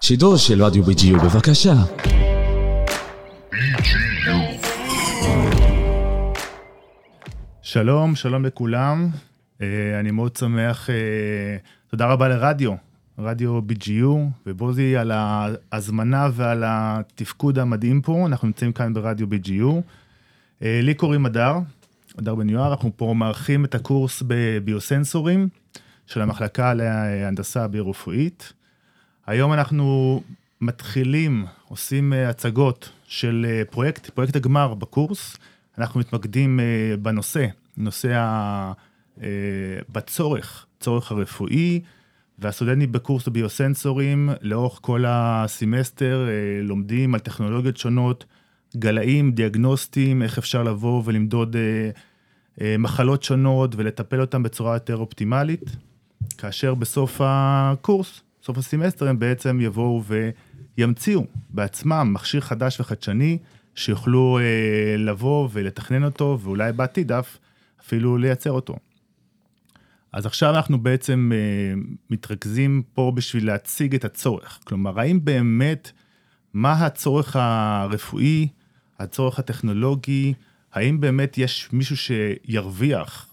שידור של רדיו BGU, בבקשה. שלום, שלום לכולם. אני מאוד שמח, תודה רבה רדיו BGU ובוזי על ההזמנה ועל התפקוד המדהים פה. אנחנו נמצאים כאן ברדיו BGU. לי קוראים אדר בן יואר, אנחנו פה מארחים את הקורס בביוסנסורים של המחלקה להנדסה ביו-רפואית. היום אנחנו מתחילים, עושים הצגות של פרויקט הגמר בקורס. אנחנו מתמקדים בצורך הרפואי, והסטודנטים בקורס ביוסנסורים לאורך כל הסמסטר לומדים על טכנולוגיות שונות, גלאים, דיאגנוסטיים, איך אפשר לבוא ולמדוד מחלות שונות ולטפל אותם בצורה יותר אופטימלית, כאשר בסוף הקורס, סוף הסמסטר, הם בעצם יבואו וימציאו בעצמם מכשיר חדש וחדשני, שיוכלו לבוא ולתכנן אותו, ואולי בעתיד אפילו לייצר אותו. אז עכשיו אנחנו בעצם מתרכזים פה בשביל להציג את הצורך. כלומר, האם באמת, מה הצורך הרפואי, הצורך הטכנולוגי, האם באמת יש מישהו שירוויח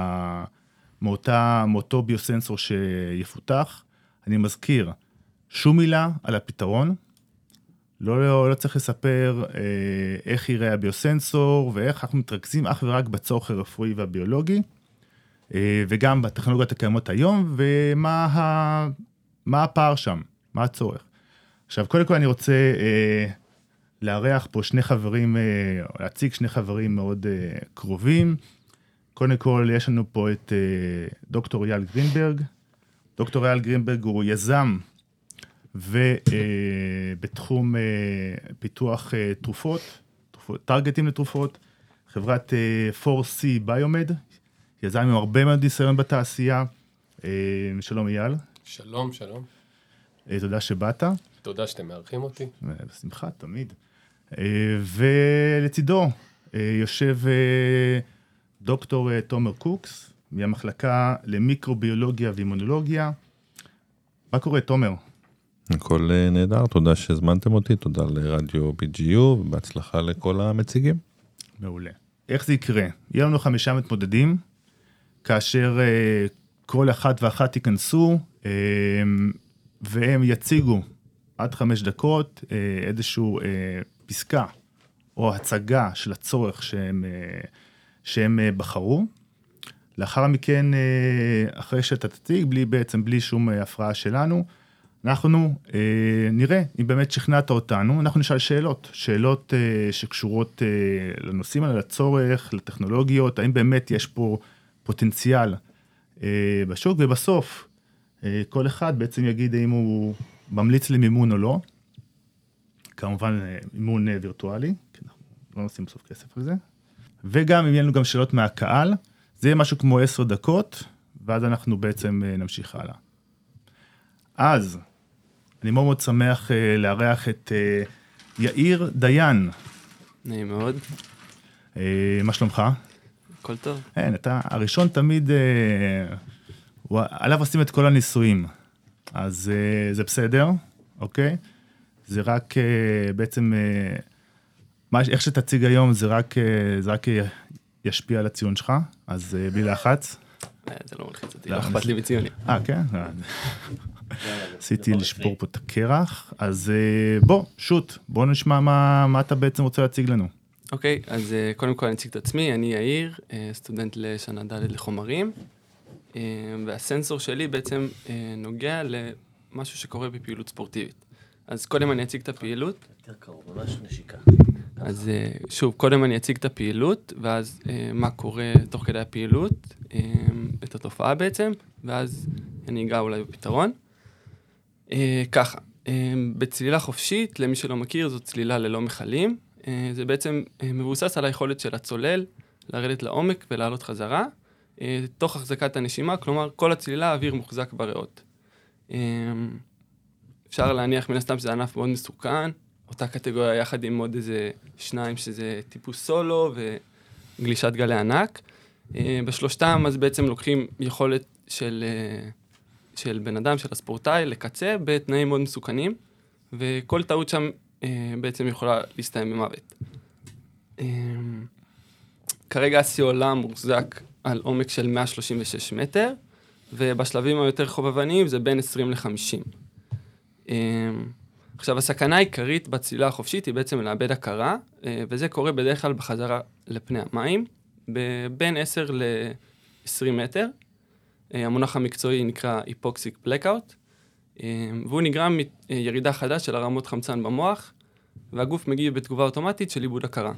מאותו ביוסנסור שיפותח? אני מזכיר, שום מילה על הפתרון, לא צריך לספר איך יראה הביוסנסור, ואיך אנחנו מתרכזים אך ורק בצורך הרפואי והביולוגי, וגם בטכנולוגיות הקיימות היום, ומה הפער שם, מה הצורך. עכשיו, קודם כל אני רוצה לארח פה להציג שני חברים מאוד קרובים. קודם כל יש לנו פה את דוקטור אייל גרינברג. דוקטור אייל גרינברג הוא יזם, ובתחום פיתוח תרופות, טרגטים לתרופות, חברת 4C ביומד, יזם עם הרבה מאוד ניסיון בתעשייה. שלום אייל. שלום. תודה שבאת. תודה שאתם מארחים אותי. בשמחה, תמיד. ולצידו יושב דוקטור תומר קוקס, מהמחלקה למיקרוביולוגיה ואימונולוגיה. מה קורה, תומר? הכל נהדר, תודה שהזמנתם אותי, תודה לרדיו BGU, ובהצלחה לכל המציגים. מעולה. איך זה יקרה? יהיה לנו 5 מתמודדים, כאשר כל אחת ואחת ייכנסו, והם יציגו עד 5 דקות איזשהו פסקה, או הצגה של הצורך שהם בחרו. לאחר מכן, אחרי שאתה תציג, בלי שום הפרעה שלנו, אנחנו נראה אם באמת שכנעת אותנו, אנחנו נשאל שאלות שקשורות לנושאים האלה, לצורך, לטכנולוגיות, האם באמת יש פה פוטנציאל בשוק, ובסוף כל אחד בעצם יגיד האם הוא ממליץ למימון או לא, כמובן מימון וירטואלי, כי אנחנו לא נשים בסוף כסף על זה, וגם אם יהיה לנו גם שאלות מהקהל, זה יהיה משהו כמו 10 דקות, ואז אנחנו בעצם נמשיך הלאה. אז, אני מאוד מאוד שמח לארח את יאיר דיין. נעים מאוד. מה שלומך? הכל טוב. אתה הראשון תמיד, עליו עושים את כל הניסויים, אז זה בסדר, אוקיי? זה רק בעצם, איך שתציג היום זה רק ישפיע על הציון שלך, אז בלי לחץ. זה לא מלחיץ אותי, לא אכפת לי בציונים. כן? עשיתי לשבור פה את הקרח, אז בוא נשמע מה אתה בעצם רוצה להציג לנו. אוקיי, אז קודם כל אני אציג את עצמי, אני יאיר, סטודנט לשנה ד' לחומרים, והסנסור שלי בעצם נוגע למשהו שקורה בפעילות ספורטיבית. אז קודם אני אציג את הפעילות. יותר קרוב, ממש נשיקה. אז שוב, קודם אני אציג את הפעילות, ואז מה קורה תוך כדי הפעילות, את התופעה בעצם, ואז אני אגע אולי בפתרון. ככה, בצלילה חופשית, למי שלא מכיר, זאת צלילה ללא מחלים. זה בעצם מבוסס על היכולת של הצולל, לרדת לעומק ולעלות חזרה, תוך החזקת הנשימה, כלומר, כל הצלילה האוויר מוחזק בריאות. אפשר להניח מן הסתם שזה ענף מאוד מסוכן, אותה קטגוריה יחד עם עוד איזה 2 שזה טיפוס סולו וגלישת גלי ענק. בשלושתם אז בעצם לוקחים יכולת של בן אדם, של הספורטאי, לקצה בתנאים מאוד מסוכנים, וכל טעות שם בעצם יכולה להסתיים במוות. כרגע השיא עולם מוחזק על עומק של 136 מטר, ובשלבים היותר חובבניים זה בין 20 ל-50. עכשיו, הסכנה העיקרית בצלילה החופשית היא בעצם לאבד הכרה, וזה קורה בדרך כלל בחזרה לפני המים, בין 10 ל-20 מטר. המונח המקצועי נקרא Hypoxic Blackout, והוא נגרם מירידה חדה של הרמות חמצן במוח, והגוף מגיב בתגובה אוטומטית של איבוד הכרה.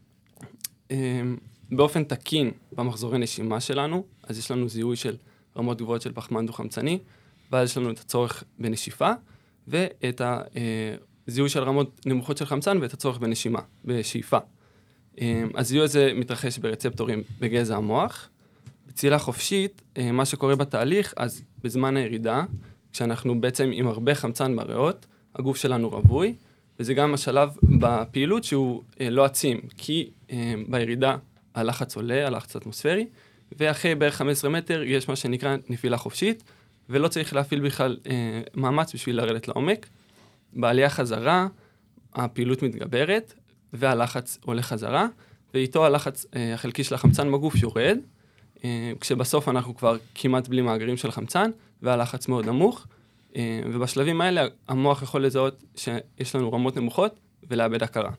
באופן תקין במחזורי נשימה שלנו, אז יש לנו זיהוי של רמות גבוהות של פחמן דו-חמצני, ואז יש לנו את הצורך בנשיפה, ואת הזיהוי של רמות נמוכות של חמצן, ואת הצורך בנשימה, בשאיפה. הזיהוי הזה מתרחש ברצפטורים בגזע המוח. בצלילה חופשית, מה שקורה בתהליך, אז בזמן הירידה, כשאנחנו בעצם עם הרבה חמצן בריאות, הגוף שלנו רווי, וזה גם השלב בפעילות שהוא לא עצים, כי בירידה הלחץ עולה, הלחץ אטמוספרי, ואחרי בערך 15 מטר יש מה שנקרא נפילה חופשית, ולא צריך להפעיל בכלל מאמץ בשביל לרדת לעומק. בעלייה חזרה, הפעילות מתגברת, והלחץ עולה חזרה, ואיתו הלחץ החלקי של החמצן בגוף יורד, כשבסוף אנחנו כבר כמעט בלי מאגרים של חמצן, והלחץ מאוד נמוך, ובשלבים האלה המוח יכול לזהות שיש לנו רמות נמוכות, ולאבד הכרה.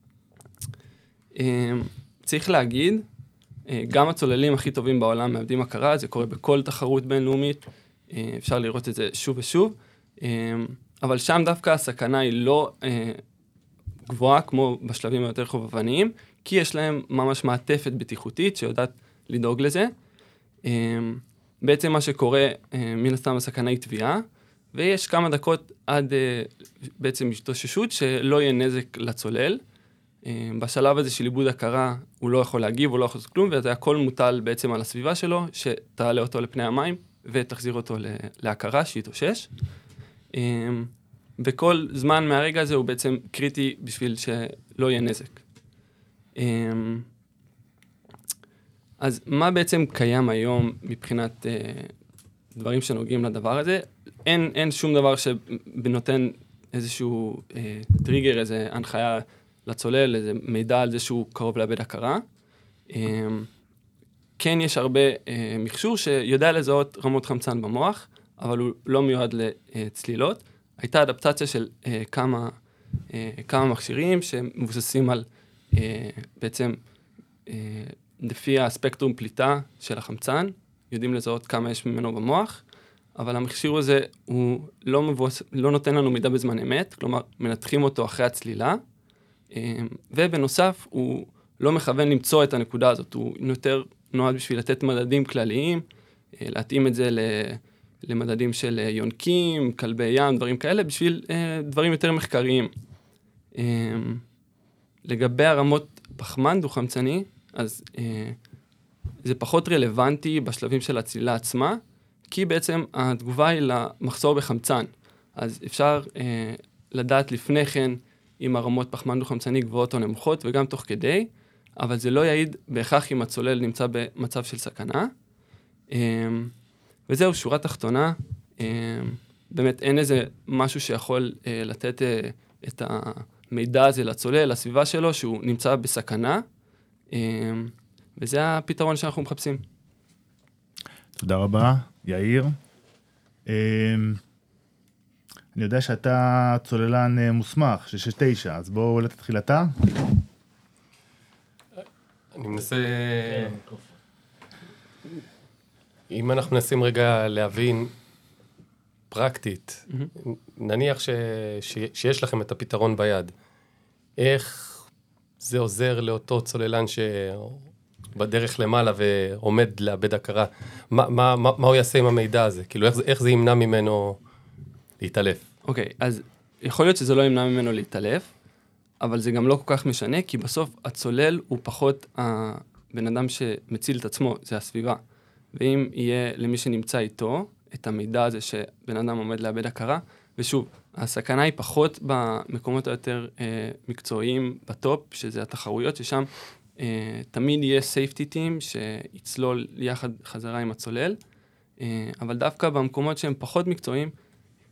צריך להגיד, גם הצוללים הכי טובים בעולם מאבדים הכרה, זה קורה בכל תחרות בינלאומית, אפשר לראות את זה שוב ושוב, אבל שם דווקא הסכנה היא לא גבוהה כמו בשלבים היותר חובבניים, כי יש להם ממש מעטפת בטיחותית שיודעת לדאוג לזה. בעצם מה שקורה, מן הסתם הסכנה היא תביעה, ויש כמה דקות עד בעצם התאוששות שלא יהיה נזק לצולל. בשלב הזה של איבוד הכרה הוא לא יכול להגיב, הוא לא יכול לעשות כלום, וזה הכל מוטל בעצם על הסביבה שלו, שתעלה אותו לפני המים ותחזיר אותו להכרה, שיתאושש. וכל זמן מהרגע הזה הוא בעצם קריטי בשביל שלא יהיה נזק. אז מה בעצם קיים היום מבחינת דברים שנוגעים לדבר הזה? אין שום דבר שנותן איזשהו טריגר, איזו הנחיה לצולל, איזה מידע על זה שהוא קרוב לאבד הכרה. כן יש הרבה מכשור שיודע לזהות רמות חמצן במוח, אבל הוא לא מיועד לצלילות. הייתה אדפטציה של כמה מכשירים שמבוססים על בעצם לפי הספקטרום פליטה של החמצן, יודעים לזהות כמה יש ממנו במוח, אבל המכשיר הזה הוא לא נותן לנו מידע בזמן אמת, כלומר מנתחים אותו אחרי הצלילה, ובנוסף הוא לא מכוון למצוא את הנקודה הזאת, הוא יותר נועד בשביל לתת מדדים כלליים, להתאים את זה למדדים של יונקים, כלבי ים, דברים כאלה, בשביל דברים יותר מחקריים. לגבי הרמות פחמן דו-חמצני, אז זה פחות רלוונטי בשלבים של הצלילה עצמה, כי בעצם התגובה היא למחסור בחמצן. אז אפשר לדעת לפני כן אם הרמות פחמן דו-חמצני גבוהות או נמוכות, וגם תוך כדי, אבל זה לא יעיד בהכרח אם הצולל נמצא במצב של סכנה. וזהו, שורה תחתונה, באמת אין איזה משהו שיכול לתת את המידע הזה לצולל, לסביבה שלו, שהוא נמצא בסכנה, וזה הפתרון שאנחנו מחפשים. תודה רבה, יאיר. אני יודע שאתה צוללן מוסמך, 669, אז בואו תתחיל אתה. אני מנסה... אם אנחנו מנסים רגע להבין פרקטית, נניח שיש לכם את הפתרון ביד, איך זה עוזר לאותו צוללן שבדרך למעלה ועומד לאבד הכרה? מה הוא יעשה עם המידע הזה? כאילו, איך זה ימנע ממנו להתעלף? אוקיי, אז יכול להיות שזה לא ימנע ממנו להתעלף, אבל זה גם לא כל כך משנה, כי בסוף הצולל הוא פחות הבן אדם שמציל את עצמו, זה הסביבה. ואם יהיה למי שנמצא איתו את המידע הזה שבן אדם עומד לאבד הכרה, ושוב, הסכנה היא פחות במקומות היותר מקצועיים בטופ, שזה התחרויות, ששם תמיד יהיה safety team שיצלול יחד חזרה עם הצולל, אבל דווקא במקומות שהם פחות מקצועיים,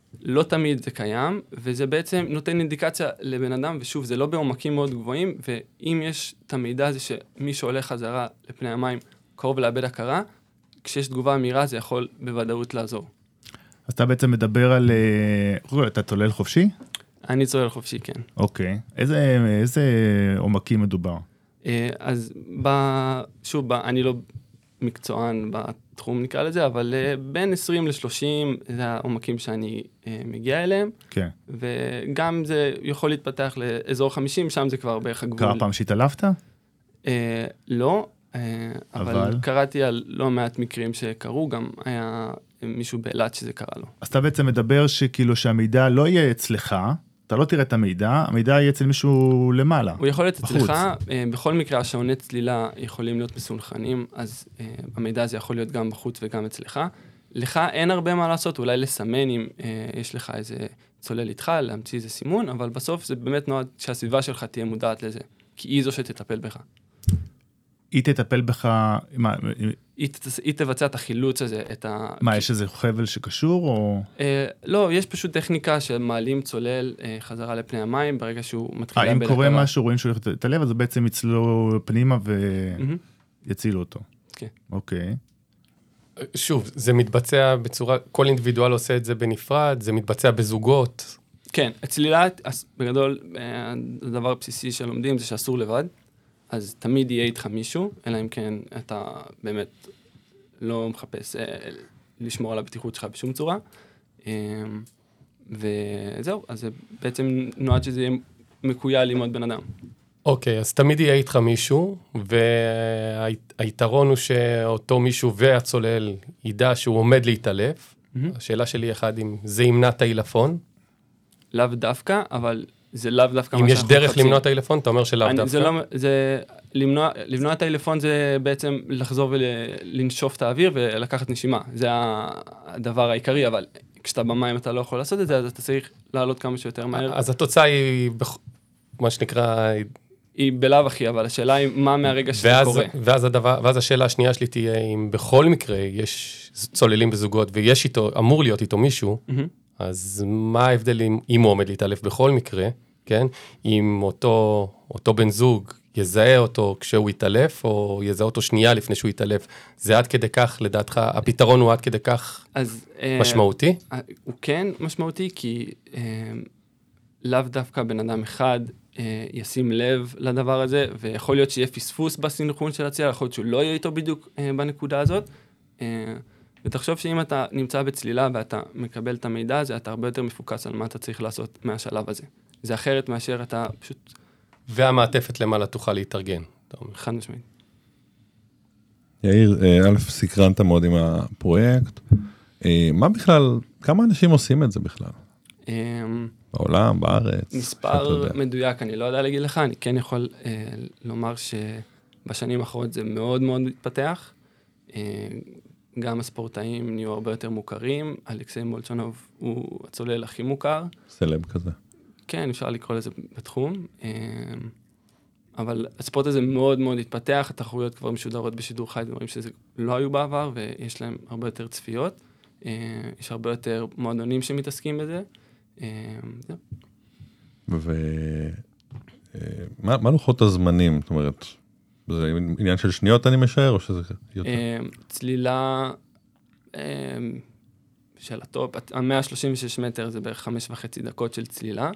לא תמיד זה קיים, וזה בעצם נותן אינדיקציה לבן אדם, ושוב, זה לא בעומקים מאוד גבוהים, ואם יש את המידע הזה שמי שעולה חזרה לפני המים קרוב לאבד הכרה, כשיש תגובה מהירה זה יכול בוודאות לעזור. אז אתה בעצם מדבר על... אתה צולל חופשי? אני צולל חופשי, כן. אוקיי. איזה עומקים מדובר? אז שוב, אני לא מקצוען בתחום נקרא לזה, אבל בין 20 ל-30 זה העומקים שאני מגיע אליהם. כן. וגם זה יכול להתפתח לאזור 50, שם זה כבר בערך הגבול. קרה פעם שהתעלפת? לא, אבל קראתי על לא מעט מקרים שקרו, גם היה מישהו באילת שזה קרה לו. אז אתה בעצם מדבר שכאילו שהמידע לא יהיה אצלך, אתה לא תראה את המידע, המידע יהיה אצל מישהו למעלה. הוא יכול להיות אצלך, בכל מקרה השעוני צלילה יכולים להיות מסונכרנים, אז המידע הזה יכול להיות גם בחוץ וגם אצלך. לך אין הרבה מה לעשות, אולי לסמן אם יש לך איזה צולל איתך, להמציא איזה סימון, אבל בסוף זה באמת נועד שהסביבה שלך תהיה מודעת לזה, כי היא זו שתטפל בך. היא תטפל בך... היא תבצע את החילוץ הזה, מה, יש איזה חבל שקשור, או... לא, יש פשוט טכניקה שמעלים צולל חזרה לפני המים, ברגע שהוא מתחיל לאבד הכרה. אם קורה משהו, רואים שהוא הולך את הלב, אז בעצם יצלו פנימה ויצילו אותו. כן. אוקיי. שוב, זה מתבצע בצורה, כל אינדיבידואל עושה את זה בנפרד, זה מתבצע בזוגות. כן, הצלילה, בגדול, הדבר הבסיסי שלומדים זה שאסור לבד. אז תמיד יהיה איתך מישהו, אלא אם כן אתה באמת לא מחפש לשמור על הבטיחות שלך בשום צורה. וזהו, אז זה בעצם נועד שזה יהיה מקויה ללמוד בן אדם. אוקיי, אז תמיד יהיה איתך מישהו, והיתרון הוא שאותו מישהו והצולל ידע שהוא עומד להתעלף. השאלה שלי אחד, אם זה ימנע את העילפון? לאו דווקא, אבל... זה לאו דווקא אם יש דרך למנוע את הטלפון, אתה אומר שלאו דווקא? זה למנוע את הטלפון זה בעצם לחזור ולנשוף את האוויר ולקחת נשימה. זה הדבר העיקרי, אבל כשאתה במים אתה לא יכול לעשות את זה, אז אתה צריך לעלות כמה שיותר מהר. אז התוצאה היא, מה שנקרא... היא בלאו הכי, אבל השאלה היא מה מהרגע שזה קורה. ואז השאלה השנייה שלי תהיה, אם בכל מקרה יש צוללים בזוגות ויש איתו, אמור להיות איתו מישהו, אז מה ההבדל אם הוא עומד להתעלף בכל מקרה, כן? אם אותו בן זוג יזהה אותו כשהוא יתעלף, או יזהה אותו שנייה לפני שהוא יתעלף, זה עד כדי כך, לדעתך, הפתרון הוא עד כדי כך משמעותי? הוא כן משמעותי, כי לאו דווקא בן אדם אחד ישים לב לדבר הזה, ויכול להיות שיהיה פספוס בסינכרון של הצלילה, יכול להיות שהוא לא יהיה איתו בדיוק בנקודה הזאת, ותחשוב שאם אתה נמצא בצלילה ואתה מקבל את המידע הזה, אתה הרבה יותר מפוקס על מה אתה צריך לעשות מהשלב הזה. זה אחרת מאשר אתה פשוט... והמעטפת למעלה תוכל להתארגן. חד משמעית. יאיר, א', סקרנת מאוד עם הפרויקט. מה בכלל, כמה אנשים עושים את זה בכלל? בעולם, בארץ? מספר מדויק, אני לא יודע להגיד לך, אני כן יכול לומר שבשנים האחרונות זה מאוד מאוד מתפתח. גם הספורטאים נהיו הרבה יותר מוכרים, אלכסיי מולצ'נוב הוא הצולל הכי מוכר. סלב כזה. כן, אפשר לקרוא לזה בתחום, אבל הספורט הזה מאוד מאוד התפתח, התחרויות כבר משודרות בשידור חי, דברים שזה לא היו בעבר, ויש להם הרבה יותר צפיות, יש הרבה יותר מועדונים שמתעסקים בזה. מה לוחות הזמנים? זאת אומרת, זה עניין של שניות אני משער, או שזה יותר? צלילה של הטופ, 136 מטר זה בערך 5.5 דקות של צלילה.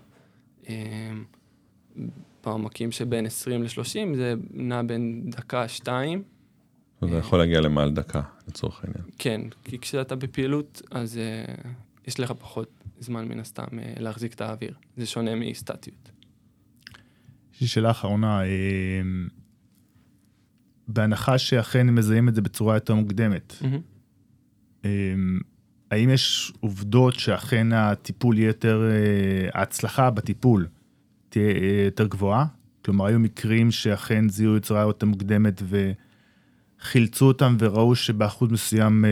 בעומקים שבין 20 ל-30 זה נע בין דקה, 2. זה יכול להגיע למעל דקה, לצורך העניין. כן, כי כשאתה בפעילות, אז יש לך פחות זמן מן הסתם להחזיק את האוויר. זה שונה מסטטיות. יש לי שאלה אחרונה, בהנחה שאכן מזהים את זה בצורה יותר מוקדמת, האם יש עובדות שאכן הטיפול יהיה יותר, ההצלחה בטיפול תהיה יותר גבוהה? כלומר, היו מקרים שאכן זיהו בצורה יותר מוקדמת וחילצו אותם וראו שבאחוז מסוים,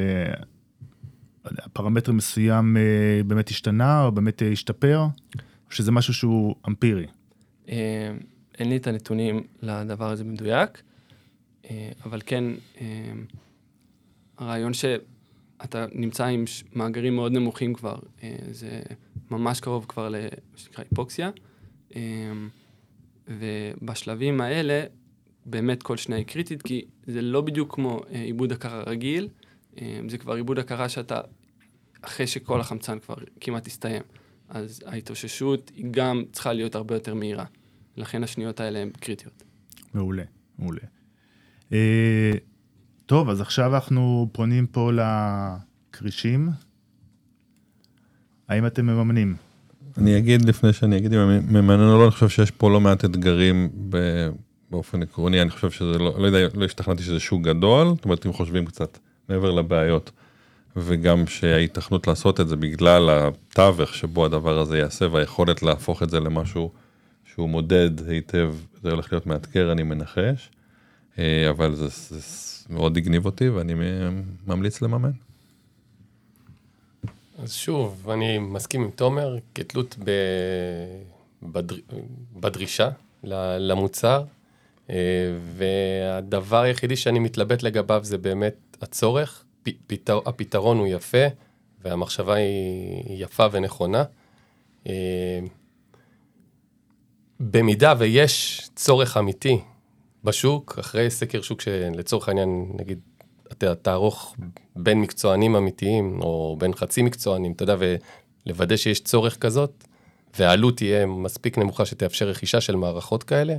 הפרמטר מסוים באמת השתנה או באמת השתפר, או שזה משהו שהוא אמפירי? אין לי את הנתונים לדבר הזה מדויק, אבל כן, הרעיון אתה נמצא עם מאגרים מאוד נמוכים כבר, זה ממש קרוב כבר למה שנקרא היפוקסיה, ובשלבים האלה, באמת כל שנייה היא קריטית, כי זה לא בדיוק כמו עיבוד הכרה רגיל, זה כבר עיבוד הכרה שאתה, אחרי שכל החמצן כבר כמעט הסתיים, אז ההתאוששות היא גם צריכה להיות הרבה יותר מהירה, לכן השניות האלה הן קריטיות. מעולה, מעולה. טוב, אז עכשיו אנחנו פונים פה לקרישים. האם אתם מממנים? אני אגיד לפני שאני אגיד אם מממן או לא, אני חושב שיש פה לא מעט אתגרים באופן עקרוני, אני חושב שזה לא יודע, לא השתכנעתי שזה שוק גדול, זאת אומרת, אם חושבים קצת מעבר לבעיות, וגם שההתכנות לעשות את זה בגלל התווך שבו הדבר הזה יעשה, והיכולת להפוך את זה למשהו שהוא מודד היטב, זה הולך להיות מאתגר, אני מנחש, אבל זה מאוד הגניב אותי, ואני ממליץ לממן. אז שוב, אני מסכים עם תומר, כתלות בדרישה למוצר, והדבר היחידי שאני מתלבט לגביו זה באמת הצורך, הפתרון הוא יפה, והמחשבה היא יפה ונכונה. במידה ויש צורך אמיתי בשוק, אחרי סקר שוק שלצורך העניין, נגיד, אתה תערוך בין מקצוענים אמיתיים, או בין חצי מקצוענים, אתה יודע, ולוודא שיש צורך כזאת, והעלות תהיה מספיק נמוכה שתאפשר רכישה של מערכות כאלה,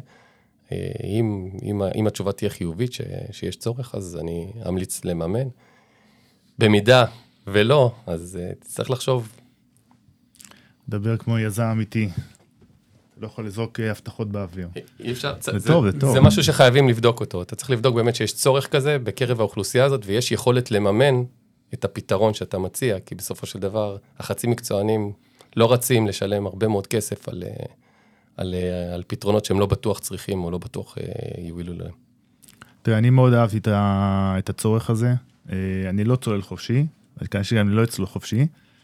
אם התשובה תהיה חיובית שיש צורך, אז אני אמליץ לממן. במידה ולא, אז צריך לחשוב. דבר כמו יזם אמיתי. לא יכול לזרוק הבטחות באוויר. אי אפשר, זה טוב, זה טוב. זה משהו שחייבים לבדוק אותו. אתה צריך לבדוק באמת שיש צורך כזה בקרב האוכלוסייה הזאת, ויש יכולת לממן את הפתרון שאתה מציע, כי בסופו של דבר, החצי מקצוענים לא רצים לשלם הרבה מאוד כסף על פתרונות שהם לא בטוח צריכים, או לא בטוח יועילו להם. תראה, אני מאוד אהבתי את הצורך הזה. אני לא צולל חופשי, כנראה שגם לא אצלו חופשי,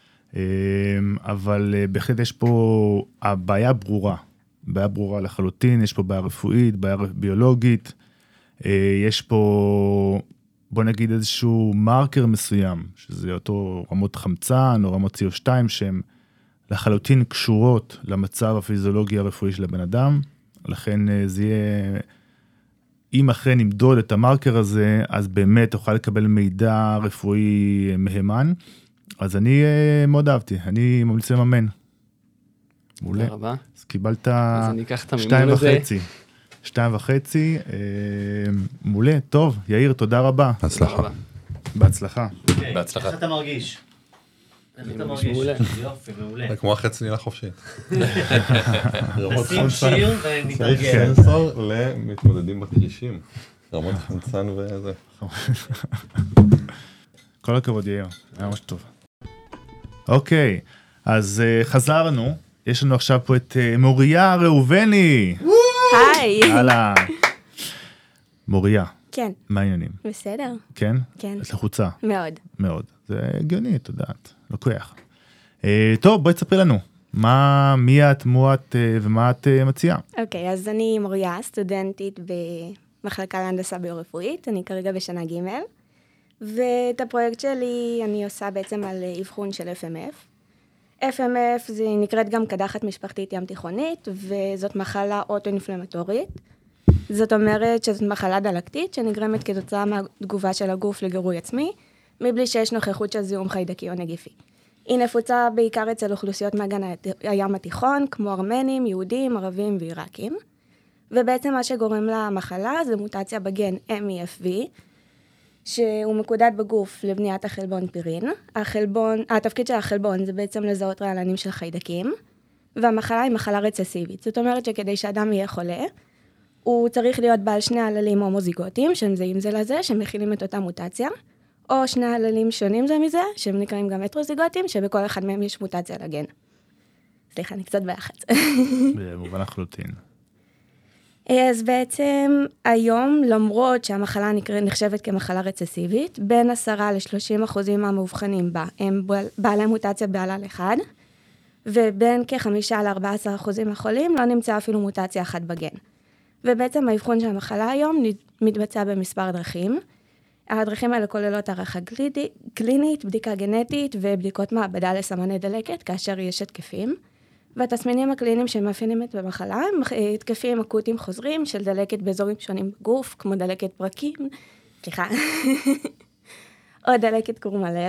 אבל בהחלט יש פה הבעיה ברורה. בעיה ברורה לחלוטין, יש פה בעיה רפואית, בעיה ביולוגית, יש פה, בוא נגיד איזשהו מרקר מסוים, שזה אותו רמות חמצן או רמות CO2, שהן לחלוטין קשורות למצב הפיזיולוגי הרפואי של הבן אדם, לכן זה יהיה, אם אכן נמדוד את המרקר הזה, אז באמת תוכל לקבל מידע רפואי מהימן, אז אני מאוד אהבתי, אני ממליץ לממן. מעולה. תודה רבה. אז קיבלת 2.5. מעולה, טוב, יאיר, תודה רבה. הצלחה. בהצלחה. בהצלחה. איך אתה מרגיש? איך אתה מרגיש? יופי, מעולה. זה כמו החצי לחופשי. נשים שיר ונתרגל. צריך סנסור למתמודדים בכרישים. רמות חמצן וזה. כל הכבוד, יאיר. היה ממש טוב. אוקיי, אז חזרנו. יש לנו עכשיו פה את מוריה ראובני. היי. הלאה. מוריה. כן. מה העניינים? בסדר. כן? כן. את לחוצה. מאוד. מאוד. זה הגיוני, את יודעת. לא כוח. טוב, בואי תספרי לנו. מי את, מו את ומה את מציעה? אוקיי, אז אני מוריה, סטודנטית במחלקה להנדסה ביו-רפואית. אני כרגע בשנה ג' ואת הפרויקט שלי אני עושה בעצם על אבחון של FMF. FMF זה נקראת גם קדחת משפחתית ים תיכונית, וזאת מחלה אוטו-אינפלמטורית. זאת אומרת שזאת מחלה דלקתית שנגרמת כתוצאה מהתגובה של הגוף לגירוי עצמי, מבלי שיש נוכחות של זיהום חיידקי או נגיפי. היא נפוצה בעיקר אצל אוכלוסיות מאגן הים התיכון, כמו ארמנים, יהודים, ערבים ועיראקים. ובעצם מה שגורם למחלה זה מוטציה בגן MEFV, שהוא מקודד בגוף לבניית החלבון פירין. התפקיד של החלבון זה בעצם לזהות רעלנים של חיידקים, והמחלה היא מחלה רצסיבית. זאת אומרת שכדי שאדם יהיה חולה, הוא צריך להיות בעל שני עללים הומוזיגוטיים, שהם זהים זה לזה, שמכילים את אותה מוטציה, או שני עללים שונים זה מזה, שהם נקראים גם הטרוזיגוטיים, שבכל אחד מהם יש מוטציה לגן. סליחה, אני קצת ביחד. במובן לחלוטין. אז בעצם היום, למרות שהמחלה נחשבת כמחלה רצסיבית, בין 10-30% מהמאובחנים בה הם בעלי מוטציה בעלל אחד, ובין כ5-14% מהחולים לא נמצא אפילו מוטציה אחת בגן. ובעצם האבחון של המחלה היום מתבצע במספר דרכים. הדרכים האלה כוללות הערכה קלינית, בדיקה גנטית ובדיקות מעבדה לסמני דלקת, כאשר יש התקפים. והתסמינים הקליניים שמאפיינים את המחלה הם התקפים אקוטיים חוזרים של דלקת באזורים שונים בגוף, כמו דלקת פרקים, או דלקת קרום הלב.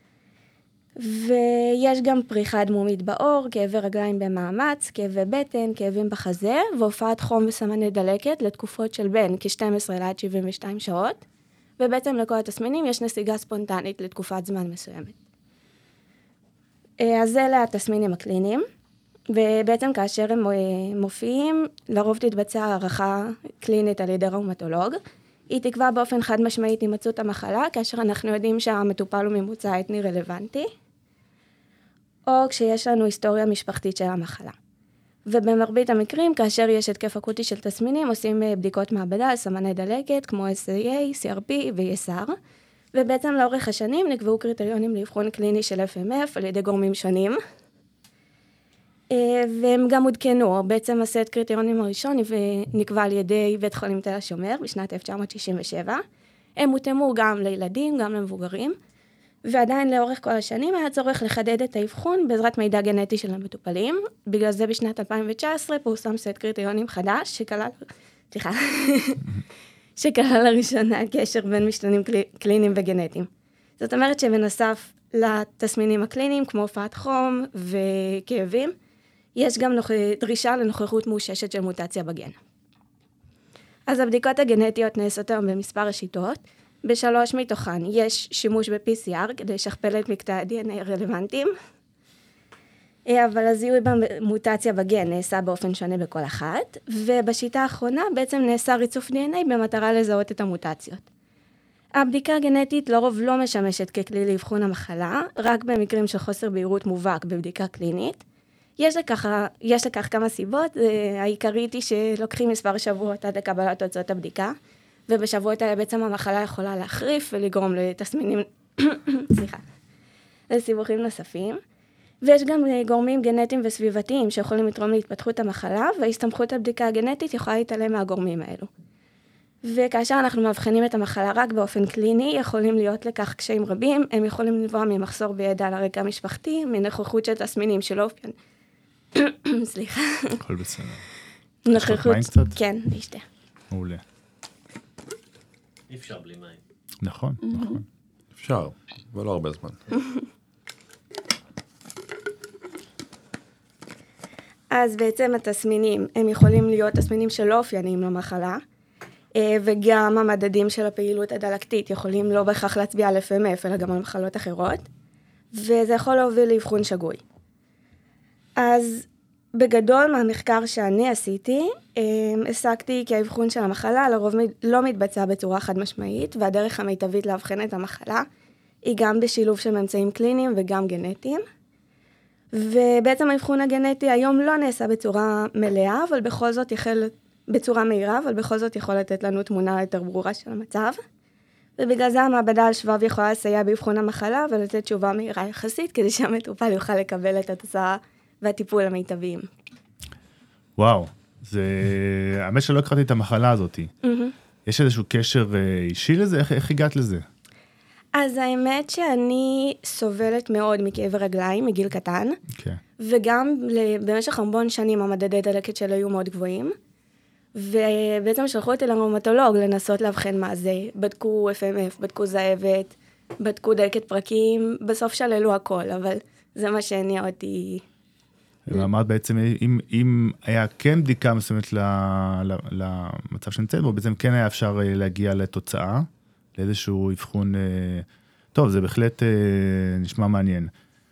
ויש גם פריחה דמומית בעור, כאבי רגליים במאמץ, כאבי בטן, כאבים בחזה, והופעת חום וסמני דלקת לתקופות של בין כ-12 עד 72 שעות. ובעצם לכל התסמינים יש נסיגה ספונטנית לתקופת זמן מסוימת. אז אלה התסמינים הקליניים, ובעצם כאשר הם מופיעים, לרוב תתבצע הערכה קלינית על ידי ראומטולוג. היא תקבע באופן חד משמעית הימצאות המחלה, כאשר אנחנו יודעים שהמטופל הוא ממוצא אתני רלוונטי, או כשיש לנו היסטוריה משפחתית של המחלה. ובמרבית המקרים, כאשר יש התקף אקוטי של תסמינים, עושים בדיקות מעבדה על סמני דלקת, כמו SAA, CRP ו-ESR, ובעצם לאורך השנים נקבעו קריטריונים לאבחון קליני של FMF על ידי גורמים שונים, והם גם עודכנו, בעצם הסט קריטריונים הראשון נקבע על ידי בית חולים תל השומר בשנת 1967, הם הותאמו גם לילדים, גם למבוגרים, ועדיין לאורך כל השנים היה צורך לחדד את האבחון בעזרת מידע גנטי של המטופלים. בגלל זה בשנת 2019 פורסם סט קריטריונים חדש שכלל לראשונה קשר בין משתנים קליניים וגנטיים. זאת אומרת שבנוסף לתסמינים הקליניים כמו הופעת חום וכאבים, יש גם דרישה לנוכחות מאוששת של מוטציה בגן. אז הבדיקות הגנטיות נעשות היום במספר השיטות, בשלוש מתוכן יש שימוש ב-PCR כדי לשכפל את מקטעי ה-DNA הרלוונטיים, אבל הזיהוי במוטציה בגן נעשה באופן שונה בכל אחת, ובשיטה האחרונה בעצם נעשה ריצוף DNA במטרה לזהות את המוטציות. הבדיקה הגנטית לרוב לא משמשת ככלי לאבחון המחלה, רק במקרים של חוסר בהירות מובהק בבדיקה קלינית. יש לכך כמה סיבות, העיקרית היא שלוקחים מספר שבועות עד לקבלת תוצאות הבדיקה, ובשבועות האלה בעצם המחלה יכולה להחריף ולגרום לתסמינים, לסיבוכים נוספים. ויש גם גורמים גנטיים וסביבתיים שיכולים לתרום להתפתחות המחלה, והסתמכות הבדיקה הגנטית יכולה להתעלם מהגורמים האלו. וכאשר אנחנו מאבחנים את המחלה רק באופן קליני, יכולים להיות לכך קשיים רבים, הם יכולים לנבוע ממחסור בידע על הרקע המשפחתי, מנוכחות של תסמינים של אופיין. סליחה. הכל בסדר. נוכחות, כן, נשתה. מעולה. אי אפשר בלי מים. נכון, נכון. אפשר, אבל לא הרבה זמן. אז בעצם התסמינים, הם יכולים להיות תסמינים שלא אופייניים למחלה, וגם המדדים של הפעילות הדלקתית יכולים לא בהכרח להצביע על FMF, אלא גם על מחלות אחרות, וזה יכול להוביל לאבחון שגוי. אז בגדול מהמחקר שאני עשיתי, הסקתי כי האבחון של המחלה לרוב לא מתבצע בצורה חד משמעית, והדרך המיטבית לאבחן את המחלה היא גם בשילוב של ממצאים קליניים וגם גנטיים. ובעצם האבחון הגנטי היום לא נעשה בצורה מלאה, אבל בכל זאת בצורה מהירה, אבל בכל זאת יכול לתת לנו תמונה יותר ברורה של המצב. ובגלל זה המעבדה על שבב יכולה לסייע באבחון המחלה ולתת תשובה מהירה יחסית, כדי שהמטופל יוכל לקבל את התוצאה והטיפול המיטביים. וואו, האמת שלא הכרתי את המחלה הזאת. יש איזשהו קשר אישי לזה? איך הגעת לזה? אז האמת שאני סובלת מאוד מכאבי רגליים מגיל קטן, וגם במשך המון שנים המדדי דלקת שלי היו מאוד גבוהים, ובעצם שלחו אותי לראומטולוג לנסות להבחן מה זה, בדקו FMF, בדקו זאבת, בדקו דלקת פרקים, בסוף שללו הכל, אבל זה מה שהניע אותי. ואמרת בעצם, אם היה כן בדיקה מסוימת למצב שנמצאת בו, בעצם כן היה אפשר להגיע לתוצאה, לאיזשהו אבחון, טוב, זה בהחלט נשמע מעניין.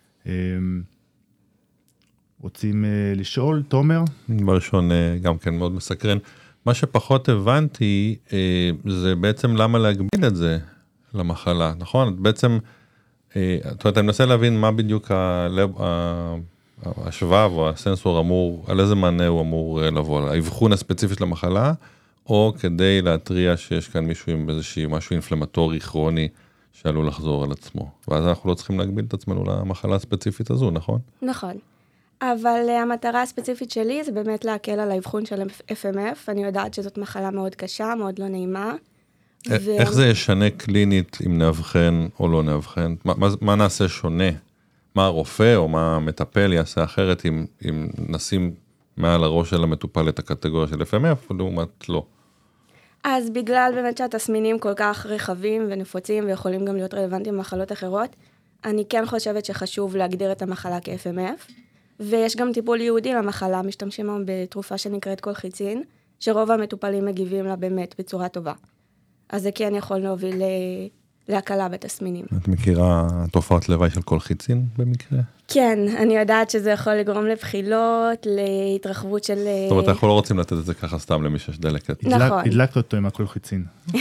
רוצים לשאול, תומר? בראשון גם כן מאוד מסקרן. מה שפחות הבנתי, זה בעצם למה להגביל את זה למחלה, נכון? בעצם, זאת אומרת, אני מנסה להבין מה בדיוק השבב או הסנסור אמור, על איזה מענה הוא אמור לבוא, האבחון הספציפי של המחלה, או כדי להתריע שיש כאן מישהו עם איזשהו משהו אינפלמטורי כרוני שעלול לחזור על עצמו. ואז אנחנו לא צריכים להגביל את עצמנו למחלה הספציפית הזו, נכון? נכון. אבל המטרה הספציפית שלי זה באמת להקל על האבחון של FMF. אני יודעת שזאת מחלה מאוד קשה, מאוד לא נעימה, איך זה ישנה קלינית אם נאבחן או לא נאבחן? מה נעשה שונה? מה הרופא או מה המטפל יעשה אחרת אם נשים מעל הראש של המטופל את הקטגוריה של FMF, לעומת לא? אז בגלל באמת שהתסמינים כל כך רחבים ונפוצים ויכולים גם להיות רלוונטיים במחלות אחרות, אני כן חושבת שחשוב להגדיר את המחלה כ-FMF, ויש גם טיפול ייעודי למחלה, משתמשים היום בתרופה שנקראת קולחיצין, שרוב המטופלים מגיבים לה באמת בצורה טובה. אז זה כן יכול להוביל להקלה בתסמינים. את מכירה תופעות לוואי של קולחיצין במקרה? כן, אני יודעת שזה יכול לגרום לבחילות, להתרחבות של... זאת אומרת, אנחנו לא רוצים לתת את זה ככה סתם למי שיש דלקת. נכון. הדלקת אותו עם הקולחיצין.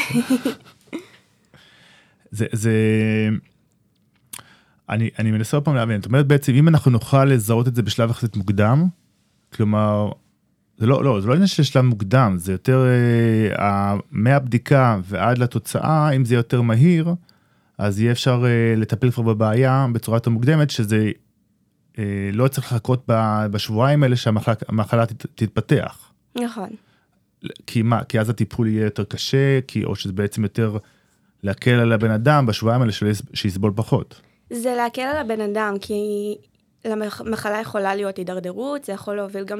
אני מנסה עוד פעם להבין, זאת אומרת בעצם, אם אנחנו נוכל לזהות את זה בשלב יחסית מוקדם, כלומר, זה לא עניין של שלב מוקדם, זה יותר מהבדיקה ועד לתוצאה, אם זה יותר מהיר, אז יהיה אפשר לטפל כבר בבעיה בצורה יותר מוקדמת, שזה לא צריך לחכות בשבועיים האלה שהמחלה תתפתח. נכון. כי אז הטיפול יהיה יותר קשה, או שזה בעצם יותר להקל על הבן אדם בשבועיים האלה שיסבול פחות. זה להקל על הבן אדם, כי למחלה יכולה להיות הידרדרות, זה יכול להוביל גם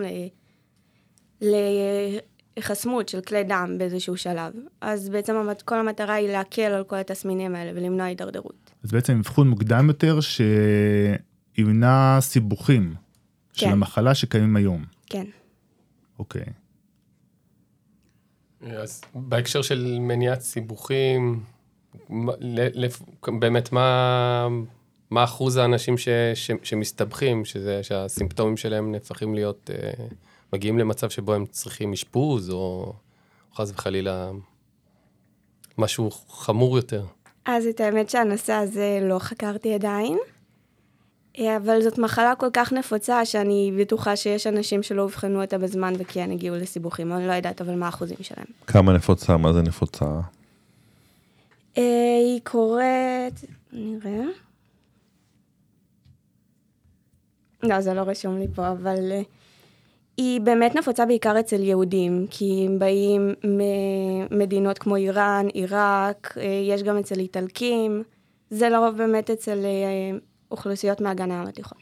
לחסמות של כלי דם באיזשהו שלב. אז בעצם כל המטרה היא להקל על כל התסמינים האלה ולמנוע הידרדרות. אז בעצם אבחון מוקדם יותר שימנע סיבוכים של המחלה שקיימים היום. כן. אוקיי. אז בהקשר של מניעת סיבוכים, באמת מה אחוז האנשים שמסתבכים, שהסימפטומים שלהם נהפכים להיות, מגיעים למצב שבו הם צריכים אשפוז, או חס וחלילה משהו חמור יותר? אז את האמת שהנושא הזה לא חקרתי עדיין, אבל זאת מחלה כל כך נפוצה, שאני בטוחה שיש אנשים שלא הבחנו אותה בזמן, וכן הגיעו לסיבוכים, אני לא יודעת, אבל מה האחוזים שלהם. כמה נפוצה? מה זה נפוצה? היא קוראת, נראה. לא, זה לא רשום לי פה, אבל היא באמת נפוצה בעיקר אצל יהודים, כי הם באים ממדינות כמו איראן, עיראק, יש גם אצל איטלקים, זה לרוב באמת אצל אוכלוסיות מהגן הים התיכון.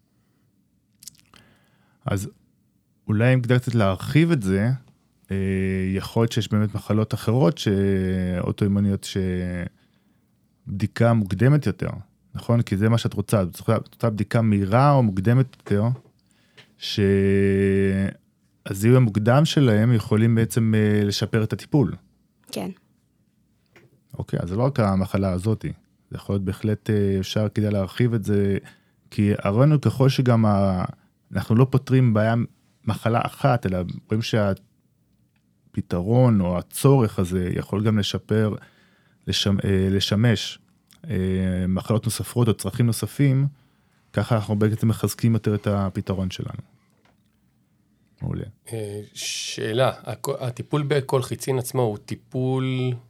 אז אולי אם כדאי קצת להרחיב את זה, יכול להיות שיש באמת מחלות אחרות, אוטואימוניות שבדיקה מוקדמת יותר, נכון? כי זה מה שאת רוצה, את רוצה בדיקה מהירה או מוקדמת יותר, שהזיהוי המוקדם שלהם יכולים בעצם לשפר את הטיפול. כן. אוקיי, אז זה לא רק המחלה הזאת, זה יכול להיות בהחלט אפשר כדי להרחיב את זה, כי הראינו ככל שגם אנחנו לא פותרים בעיה מחלה אחת, אלא רואים שהפתרון או הצורך הזה יכול גם לשפר, לשמש מחלות נוספות או צרכים נוספים, ככה אנחנו בעצם מחזקים יותר את הפתרון שלנו. מעולה. שאלה, הטיפול בקולחיצין עצמו הוא טיפול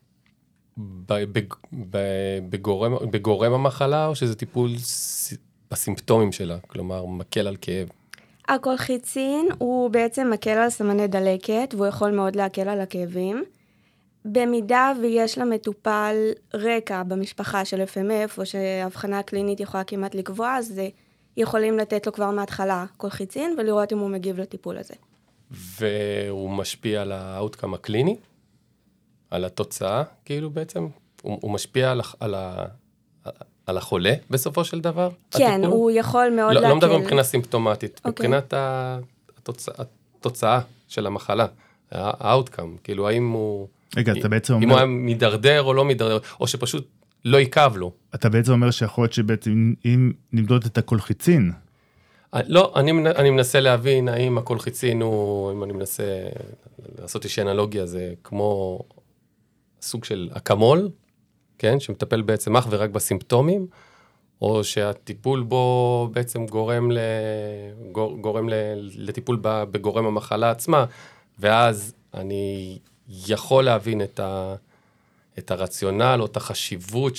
בגורם המחלה, או שזה טיפול בסימפטומים שלה, כלומר מקל על כאב? הקולחיצין הוא בעצם מקל על סמני דלקת, והוא יכול מאוד להקל על הכאבים. במידה ויש למטופל רקע במשפחה של FMF, או שההבחנה הקלינית יכולה כמעט לקבוע, אז יכולים לתת לו כבר מההתחלה קולחיצין, ולראות אם הוא מגיב לטיפול הזה. והוא משפיע על האוטקאם הקליני? על התוצאה, כאילו בעצם? הוא משפיע על החולה בסופו של דבר? כן, הטיפול? הוא יכול מאוד להקל. לא מדבר מבחינה סימפטומטית, מבחינת התוצאה של המחלה, האוטקאם, כאילו האם הוא... רגע, אתה בעצם אומר... אם הוא היה מדרדר או לא מדרדר, או שפשוט לא יקב לו. אתה בעצם אומר שיכול להיות שבעצם אם נמדוד את הקולחיצין... לא, אני מנסה להבין האם הקולחיצין הוא, אם אני מנסה לעשות איזושהי אנלוגיה, זה כמו סוג של אקמול, כן, שמטפל בעצם אך ורק בסימפטומים, או שהטיפול בו בעצם גורם לטיפול בגורם המחלה עצמה, ואז אני יכול להבין את הרציונל או את החשיבות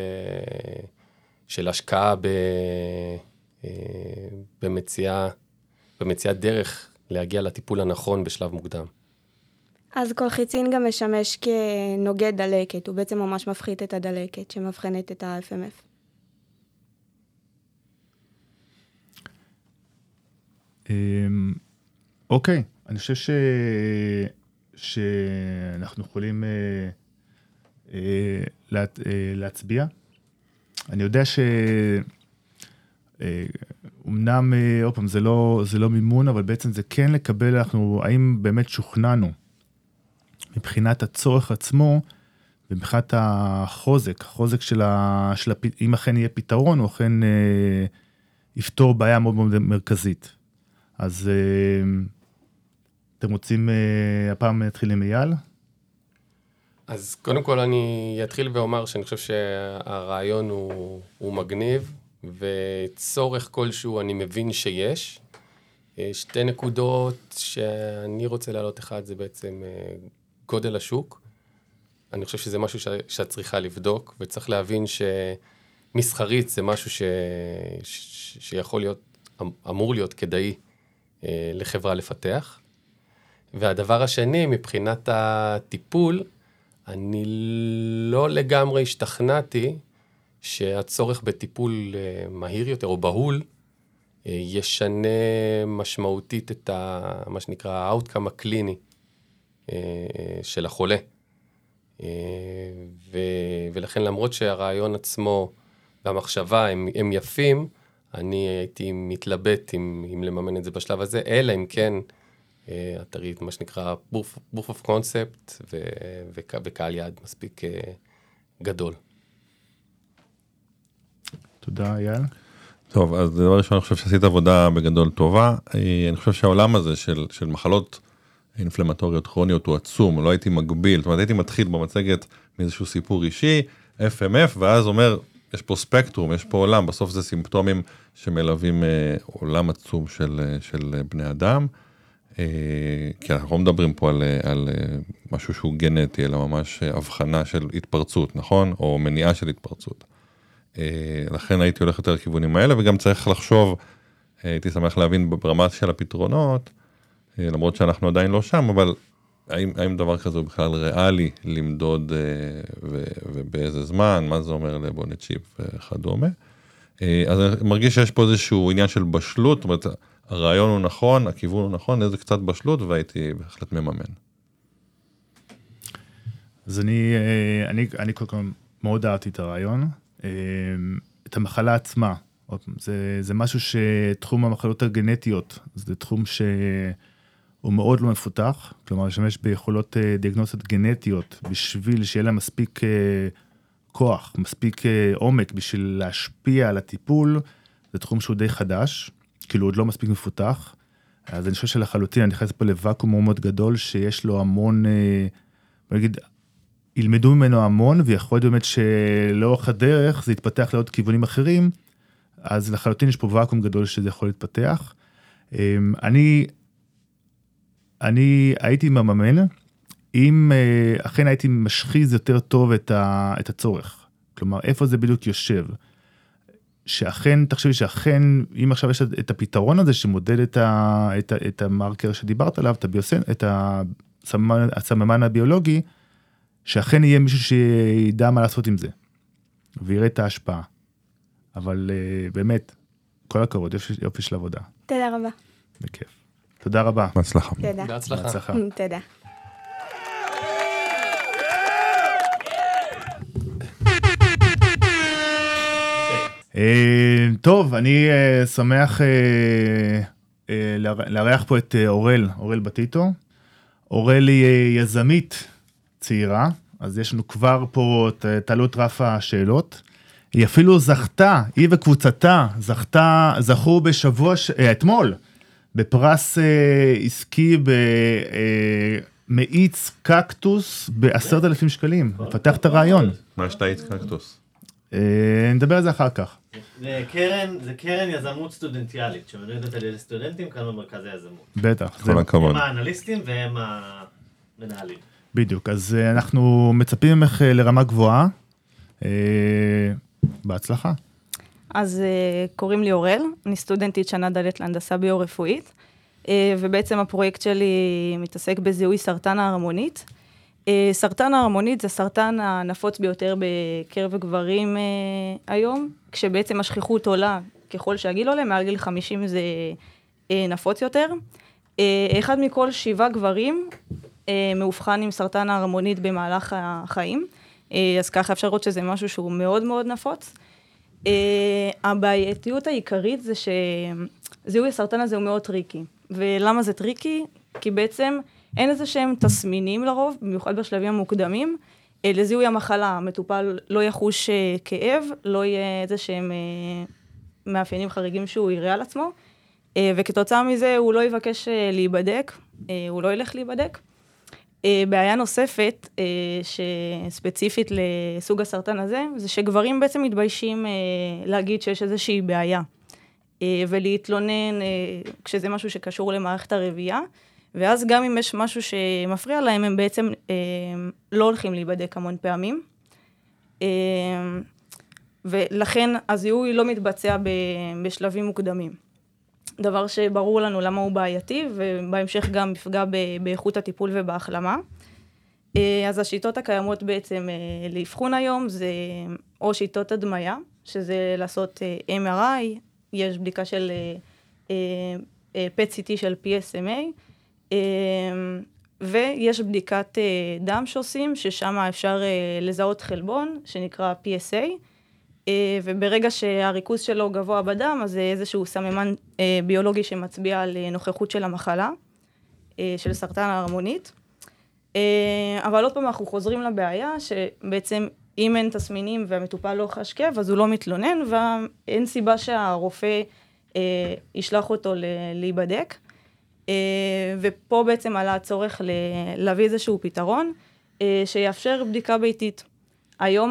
של השקעה במציאת דרך להגיע לטיפול הנכון בשלב מוקדם. אז קולחיצין גם משמש כנוגד דלקת, הוא בעצם ממש מפחית את הדלקת שמבחנת את ה-FMF. אוקיי, אני חושב שאנחנו יכולים להצביע. אני יודע אמנם, עוד פעם, זה לא מימון, אבל בעצם זה כן לקבל, האם באמת שוכנענו מבחינת הצורך עצמו, ומבחינת החוזק אם אכן יהיה פתרון, או אכן יפתור בעיה מאוד מאוד מרכזית. אז אתם רוצים, הפעם נתחיל עם אייל? אז קודם כל אני אתחיל ואומר שאני חושב שהרעיון הוא מגניב, וצורך כלשהו אני מבין שיש. שתי נקודות שאני רוצה להעלות, אחד זה בעצם גודל השוק. אני חושב שזה משהו שאת צריכה לבדוק, וצריך להבין שמסחרית זה משהו שיכול להיות, אמור להיות כדאי לחברה לפתח. והדבר השני, מבחינת הטיפול, אני לא לגמרי השתכנעתי שהצורך בטיפול מהיר יותר או בהול, ישנה משמעותית את מה שנקרא האוטקאם הקליני של החולה. ולכן למרות שהרעיון עצמו והמחשבה הם יפים, אני הייתי מתלבט אם לממן את זה בשלב הזה, אלא אם כן, אתרית, מה שנקרא proof of concept וקהל יעד מספיק גדול. תודה, אייל. טוב, אז דבר ראשון, אני חושב שעשית עבודה בגדול טובה. אני חושב שהעולם הזה של מחלות אינפלמטוריות כרוניות הוא עצום, לא הייתי מגביל, זאת אומרת, הייתי מתחיל במצגת מאיזשהו סיפור אישי, FMF, ואז אומר, יש פה ספקטרום, יש פה עולם, בסוף זה סימפטומים שמלווים עולם עצום של בני אדם, כי אנחנו לא מדברים פה על משהו שהוא גנטי, אלא ממש הבחנה של התפרצות, נכון? או מניעה של התפרצות. לכן הייתי הולך יותר לכיוונים האלה, וגם צריך לחשוב, הייתי שמח להבין ברמה של הפתרונות, למרות שאנחנו עדיין לא שם, אבל האם דבר כזה הוא בכלל ריאלי למדוד ובאיזה זמן, מה זה אומר לבונה צ'יפ וכדומה. אז אני מרגיש שיש פה איזשהו עניין של בשלות, זאת אומרת, הרעיון הוא נכון, הכיוון הוא נכון, איזה קצת בשלות, והייתי בהחלט מממן. אז אני כל כך מאוד אהבתי את הרעיון. את המחלה עצמה, זה משהו שתחום המחלות הגנטיות, זה תחום שהוא מאוד לא מפותח, כלומר, לשמש ביכולות דיאגנוסיות גנטיות, בשביל שיהיה לה מספיק כוח, מספיק עומק, בשביל להשפיע על הטיפול, זה תחום שהוא די חדש, כאילו עוד לא מספיק מפותח, אז אני חושב שלחלוטין, אני נכנס פה לוואקום מאוד גדול, שיש לו המון, בוא נגיד, ילמדו ממנו המון, ויכול להיות באמת שלאורך הדרך זה יתפתח לעוד כיוונים אחרים, אז לחלוטין יש פה ואקום גדול שזה יכול להתפתח. אני הייתי מממן, אם אכן הייתי משחיז יותר טוב את הצורך. כלומר, איפה זה בדיוק יושב? שאכן, תחשבי שאכן, אם עכשיו יש את הפתרון הזה שמודד את המרקר שדיברת עליו, את הסממן הביולוגי, שאכן יהיה מישהו שידע מה לעשות עם זה, ויראה את ההשפעה. אבל באמת, כל הכבוד, יופי של עבודה. תודה רבה. בכיף. תודה רבה. בהצלחה. תודה. בהצלחה. תודה. טוב, אני שמח לארח פה את אורל בטיטו. אורל היא יזמית צעירה, אז יש לנו כבר פה תעלות רף השאלות. היא אפילו זכתה, היא וקבוצתה, זכו בשבוע, אתמול, בפרס עסקי במאיץ קקטוס ב10,000 שקלים. לפתח את הרעיון. מה יש תאיץ קקטוס? נדבר על זה אחר כך. זה קרן יזמות סטודנטיאלית, שמנוידת על ידי סטודנטים כאן במרכז היזמות. בטח. כל הכבוד. הם האנליסטים והם המנהלים. בדיוק, אז אנחנו מצפים ממך לרמה גבוהה. בהצלחה. אז קוראים לי אורל, אני סטודנטית שנה ד' להנדסה ביו-רפואית. ובעצם הפרויקט שלי מתעסק בזיהוי סרטן ההרמונית. סרטן ההרמונית זה סרטן הנפוץ ביותר בקרב גברים היום, כשבעצם השכיחות עולה ככל שהגיל עולה, מעל גיל 50 זה נפוץ יותר. 1 מכל 7 גברים מאובחן עם סרטן ההרמונית במהלך החיים, אז ככה אפשר לראות שזה משהו שהוא מאוד מאוד נפוץ. הבעייתיות העיקרית זה שזיהוי הסרטן הזה הוא מאוד טריקי. ולמה זה טריקי? כי בעצם אין איזה שהם תסמינים לרוב, במיוחד בשלבים המוקדמים, לזיהוי המחלה. המטופל לא יחוש כאב, לא יהיה איזה שהם מאפיינים חריגים שהוא יראה על עצמו, וכתוצאה מזה הוא לא יבקש להיבדק, הוא לא ילך להיבדק. בעיה נוספת, שספציפית לסוג הסרטן הזה, זה שגברים בעצם מתביישים להגיד שיש איזושהי בעיה, ולהתלונן כשזה משהו שקשור למערכת הרבייה, ואז גם אם יש משהו שמפריע להם, הם בעצם לא הולכים להיבדק המון פעמים. ולכן הזיהוי לא מתבצע בשלבים מוקדמים. דבר שברור לנו למה הוא בעייתי, ובהמשך גם מפגע באיכות הטיפול ובהחלמה. אז השיטות הקיימות בעצם לאבחון היום, זה או שיטות הדמיה, שזה לעשות MRI, יש בדיקה של PET-CT של PSMA, ויש בדיקת דם שעושים, ששם אפשר לזהות חלבון, שנקרא PSA, וברגע שהריכוז שלו גבוה בדם, אז זה איזשהו סממן ביולוגי שמצביע על נוכחות של המחלה, של סרטן ההרמונית. אבל עוד פעם אנחנו חוזרים לבעיה, שבעצם אם אין תסמינים והמטופל לא חש כאב, אז הוא לא מתלונן, ואין סיבה שהרופא ישלח אותו להיבדק. ופה בעצם עלה הצורך להביא איזשהו פתרון, שיאפשר בדיקה ביתית. היום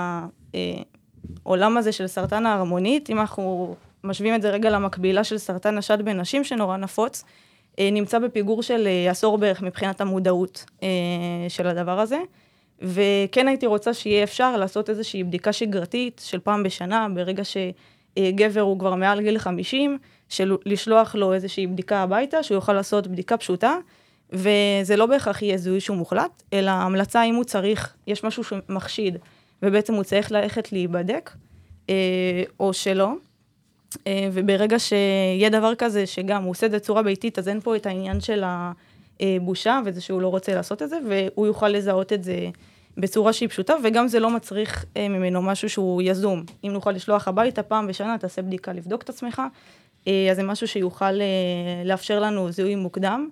העולם הזה של סרטן ההרמונית, אם אנחנו משווים את זה רגע למקבילה של סרטן השד בנשים, שנורא נפוץ, נמצא בפיגור של עשור בערך מבחינת המודעות של הדבר הזה, וכן הייתי רוצה שיהיה אפשר לעשות איזושהי בדיקה שגרתית של פעם בשנה, ברגע שגבר הוא כבר מעל גיל 50, לשלוח לו איזושהי בדיקה הביתה, שהוא יוכל לעשות בדיקה פשוטה, וזה לא בהכרח יהיה זיהוי שהוא מוחלט, אלא המלצה אם הוא צריך, יש משהו שמחשיד, ובעצם הוא צריך ללכת להיבדק, או שלא, וברגע שיהיה דבר כזה, שגם הוא עושה את זה צורה ביתית, אז אין פה את העניין של הבושה, וזה שהוא לא רוצה לעשות את זה, והוא יוכל לזהות את זה בצורה שהיא פשוטה, וגם זה לא מצריך ממנו משהו שהוא יזום. אם נוכל לשלוח הביתה פעם בשנה, תעשה בדיקה לבדוק את עצמך, אז זה משהו שיוכל לאפשר לנו זיהוי מוקדם,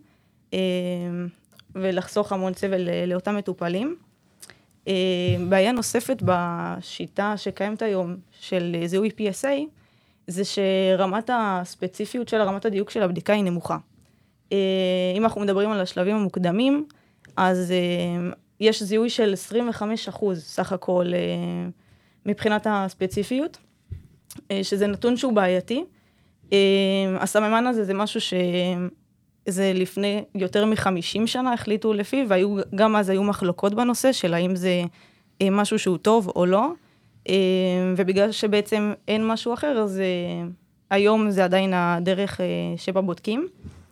ולחסוך המון סבל לאותם מטופלים. בעיה נוספת בשיטה שקיימת היום של זיהוי PSA, זה שרמת הספציפיות של רמת הדיוק של הבדיקה היא נמוכה. אם אנחנו מדברים על השלבים המוקדמים, אז יש זיהוי של 25% סך הכל מבחינת הספציפיות, שזה נתון שהוא בעייתי. הסממן הזה זה משהו שזה לפני יותר מ-50 שנה החליטו לפיו, וגם אז היו מחלוקות בנושא של האם זה משהו שהוא טוב או לא, ובגלל שבעצם אין משהו אחר, אז היום זה עדיין הדרך שבה בודקים.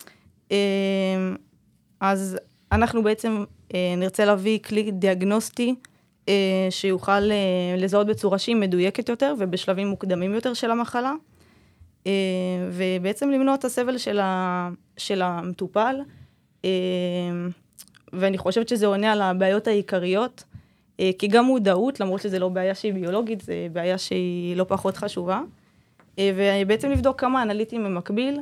אז אנחנו בעצם נרצה להביא כלי דיאגנוסטי שיוכל לזהות בצורה שהיא מדויקת יותר ובשלבים מוקדמים יותר של המחלה, ובעצם למנוע את הסבל של המטופל, ואני חושבת שזה עונה על הבעיות העיקריות, כי גם מודעות, למרות שזה לא בעיה שהיא ביולוגית, זה בעיה שהיא לא פחות חשובה, ובעצם לבדוק כמה אנליטים במקביל,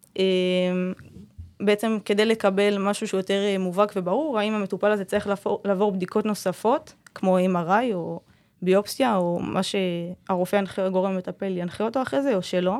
בעצם כדי לקבל משהו שהוא יותר מובהק וברור, האם המטופל הזה צריך לעבור בדיקות נוספות, כמו MRI או ביופסיה, או מה שהרופא ינחה, הגורם המטפל ינחה אותו אחרי זה, או שלא.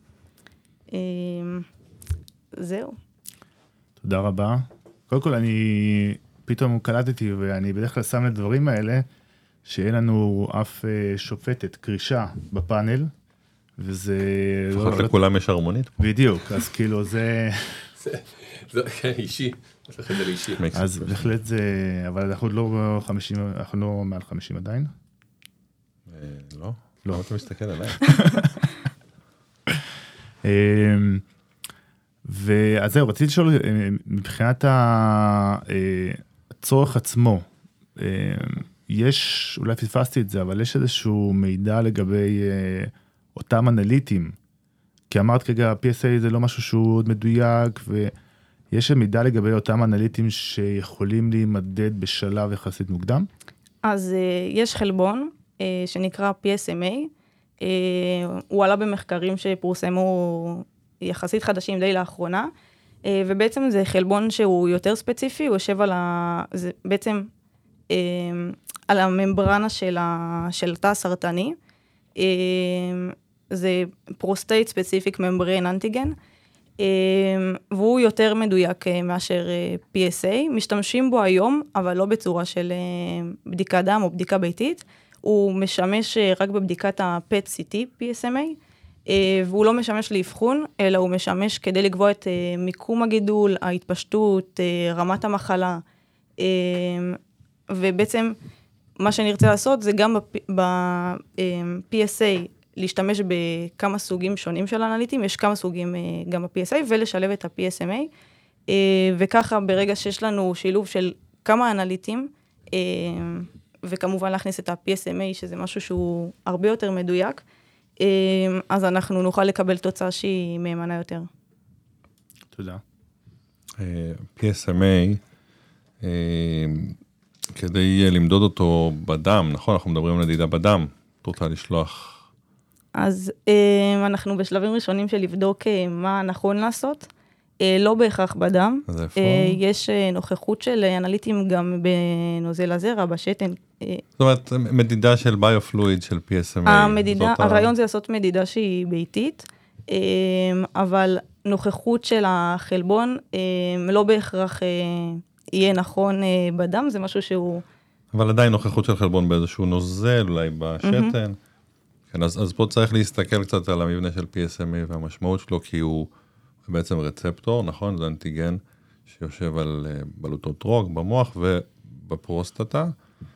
זהו. תודה רבה. קודם כל, אני פתאום קלטתי, ואני בדרך כלל שם לדברים האלה, שאין לנו אף שופטת קרישה בפאנל, וזה... לפחות לכולם יש הרמונית. בדיוק, אז כאילו זה... זה אישי, הופך את זה לאישי. אז בהחלט זה... אבל אנחנו לא 50, אנחנו לא מעל 50 עדיין. לא? לא, אתה מסתכל עליי. ואז זהו, רציתי לשאול, מבחינת הצורך עצמו, יש, אולי פספסתי את זה, אבל יש איזשהו מידע לגבי אותם אנליטים, כי אמרת כרגע, PSA זה לא משהו שהוא עוד מדויק, ויש מידע לגבי אותם אנליטים שיכולים להימדד בשלב יחסית מוקדם? אז יש חלבון שנקרא PSMA, הוא עלה במחקרים שפורסמו יחסית חדשים די לאחרונה, ובעצם זה חלבון שהוא יותר ספציפי, הוא יושב זה בעצם על הממברנה של תא הסרטני, זה פרוסטייט ספציפיק ממברן אנטיגן, והוא יותר מדויק מאשר PSA, משתמשים בו היום, אבל לא בצורה של בדיקת דם או בדיקה ביתית, הוא משמש רק בבדיקת ה-PET-CT, PSMA, והוא לא משמש לאבחון, אלא הוא משמש כדי לקבוע את מיקום הגידול, ההתפשטות, רמת המחלה, ובעצם מה שנרצה לעשות זה גם ב-PSA להשתמש בכמה סוגים שונים של אנליטים, יש כמה סוגים גם ב-PSA, ולשלב את ה-PSMA, וככה ברגע שיש לנו שילוב של כמה אנליטים, וכמובן להכניס את ה-PSMA, שזה משהו שהוא הרבה יותר מדויק, אז אנחנו נוכל לקבל תוצאה שהיא מהימנה יותר. תודה. PSMA, כדי למדוד אותו בדם, נכון? אנחנו מדברים על נדידה בדם, את רוצה לשלוח? אז אנחנו בשלבים ראשונים של לבדוק מה נכון לעשות, לא בהכרח בדם. אז איפה? יש נוכחות של אנליטים גם בנוזל הזרע, בשתן. זאת אומרת, מדידה של ביופלואיד של PSMA. הרעיון זה לעשות מדידה שהיא ביתית, אבל נוכחות של החלבון לא בהכרח יהיה נכון בדם, זה משהו שהוא... אבל עדיין נוכחות של חלבון באיזשהו נוזל, אולי בשתן. כן, אז פה צריך להסתכל קצת על המבנה של PSMA והמשמעות שלו, כי הוא בעצם רצפטור, נכון? זה אנטיגן שיושב על בלוטות רוק, במוח ובפרוסטטה,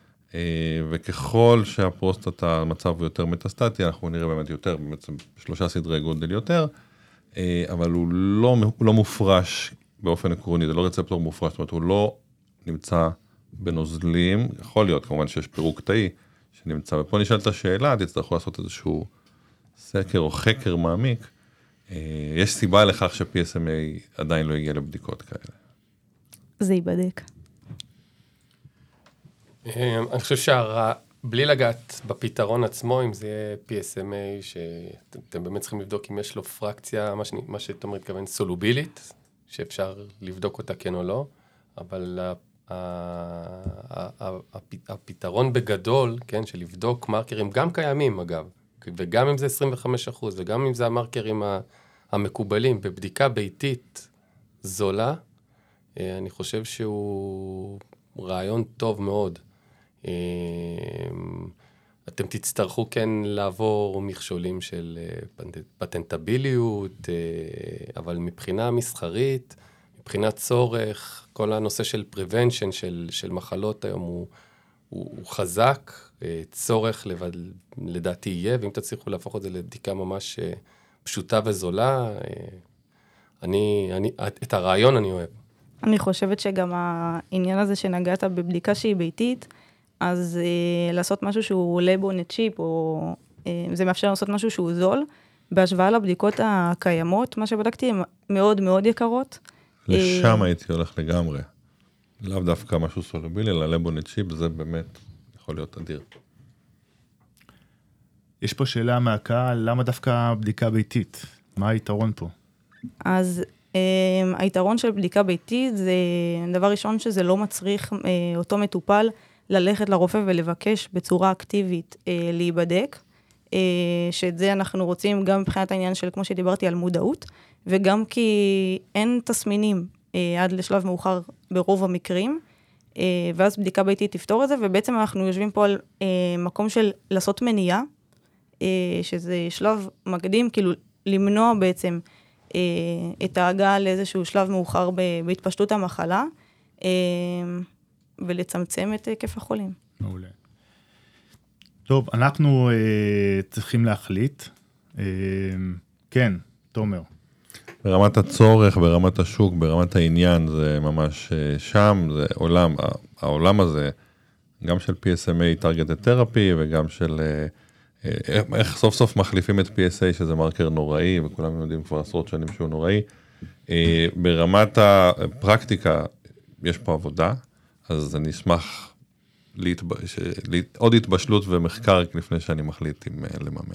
וככל שהפרוסטטה המצב הוא יותר מטסטטי, אנחנו נראה באמת יותר, בעצם 3 סדרי גודל יותר, אבל הוא לא מופרש באופן עקרוני, זה לא רצפטור מופרש, זאת אומרת, הוא לא נמצא בנוזלים, יכול להיות כמובן שיש פירוק תאי שנמצא, ופה נשאלת השאלה, תצטרכו לעשות איזשהו סקר או חקר מעמיק, יש סיבה לכך ש-PSMA עדיין לא הגיע לבדיקות כאלה. זה ייבדק. אני חושב בלי לגעת בפתרון עצמו, אם זה יהיה PSMA, שאתם באמת צריכים לבדוק אם יש לו פרקציה, מה שאתה אומר מתכוון סולובילית, שאפשר לבדוק אותה כן או לא, אבל הפתרון בגדול, כן, של לבדוק מרקרים, גם קיימים אגב, וגם אם זה 25%, וגם אם זה המרקרים המקובלים, בבדיקה ביתית זולה, אני חושב שהוא רעיון טוב מאוד. אתם תצטרכו כן לעבור מכשולים של פטנטביליות, אבל מבחינה מסחרית, מבחינת צורך, כל הנושא של prevention של מחלות היום הוא חזק, צורך לדעתי יהיה, ואם תצליחו להפוך את זה לבדיקה ממש פשוטה וזולה, את הרעיון אני אוהב. אני חושבת שגם העניין הזה שנגעת בבדיקה שהיא ביתית, אז לעשות משהו שהוא lab on a chip, או זה מאפשר לעשות משהו שהוא זול, בהשוואה לבדיקות הקיימות, מה שבדקתי הן מאוד מאוד יקרות. לשם הייתי הולך לגמרי. לאו דווקא משהו סולבילי, אלא lab on a chip, זה באמת יכול להיות אדיר. יש פה שאלה מהקהל, למה דווקא בדיקה ביתית? מה היתרון פה? אז היתרון של בדיקה ביתית זה דבר ראשון שזה לא מצריך אותו מטופל ללכת לרופא ולבקש בצורה אקטיבית להיבדק, שאת זה אנחנו רוצים גם מבחינת העניין של, כמו שדיברתי, על מודעות, וגם כי אין תסמינים עד לשלב מאוחר ברוב המקרים, ואז בדיקה ביתית תפתור את זה, ובעצם אנחנו יושבים פה על מקום של לעשות מניעה, שזה שלב מקדים, כאילו למנוע בעצם את ההגעה לאיזשהו שלב מאוחר בהתפשטות המחלה, ולצמצם את היקף החולים. מעולה. טוב, אנחנו צריכים להחליט. כן, תומר. ברמת הצורך, ברמת השוק, ברמת העניין, זה ממש שם, זה עולם, העולם הזה, גם של PSMA Targeted Therapy, וגם של איך סוף סוף מחליפים את PSA, שזה מרקר נוראי, וכולם יודעים כבר עשרות שנים שהוא נוראי. ברמת הפרקטיקה, יש פה עבודה, אז אני אשמח עוד התבשלות ומחקר לפני שאני מחליט אם לממן.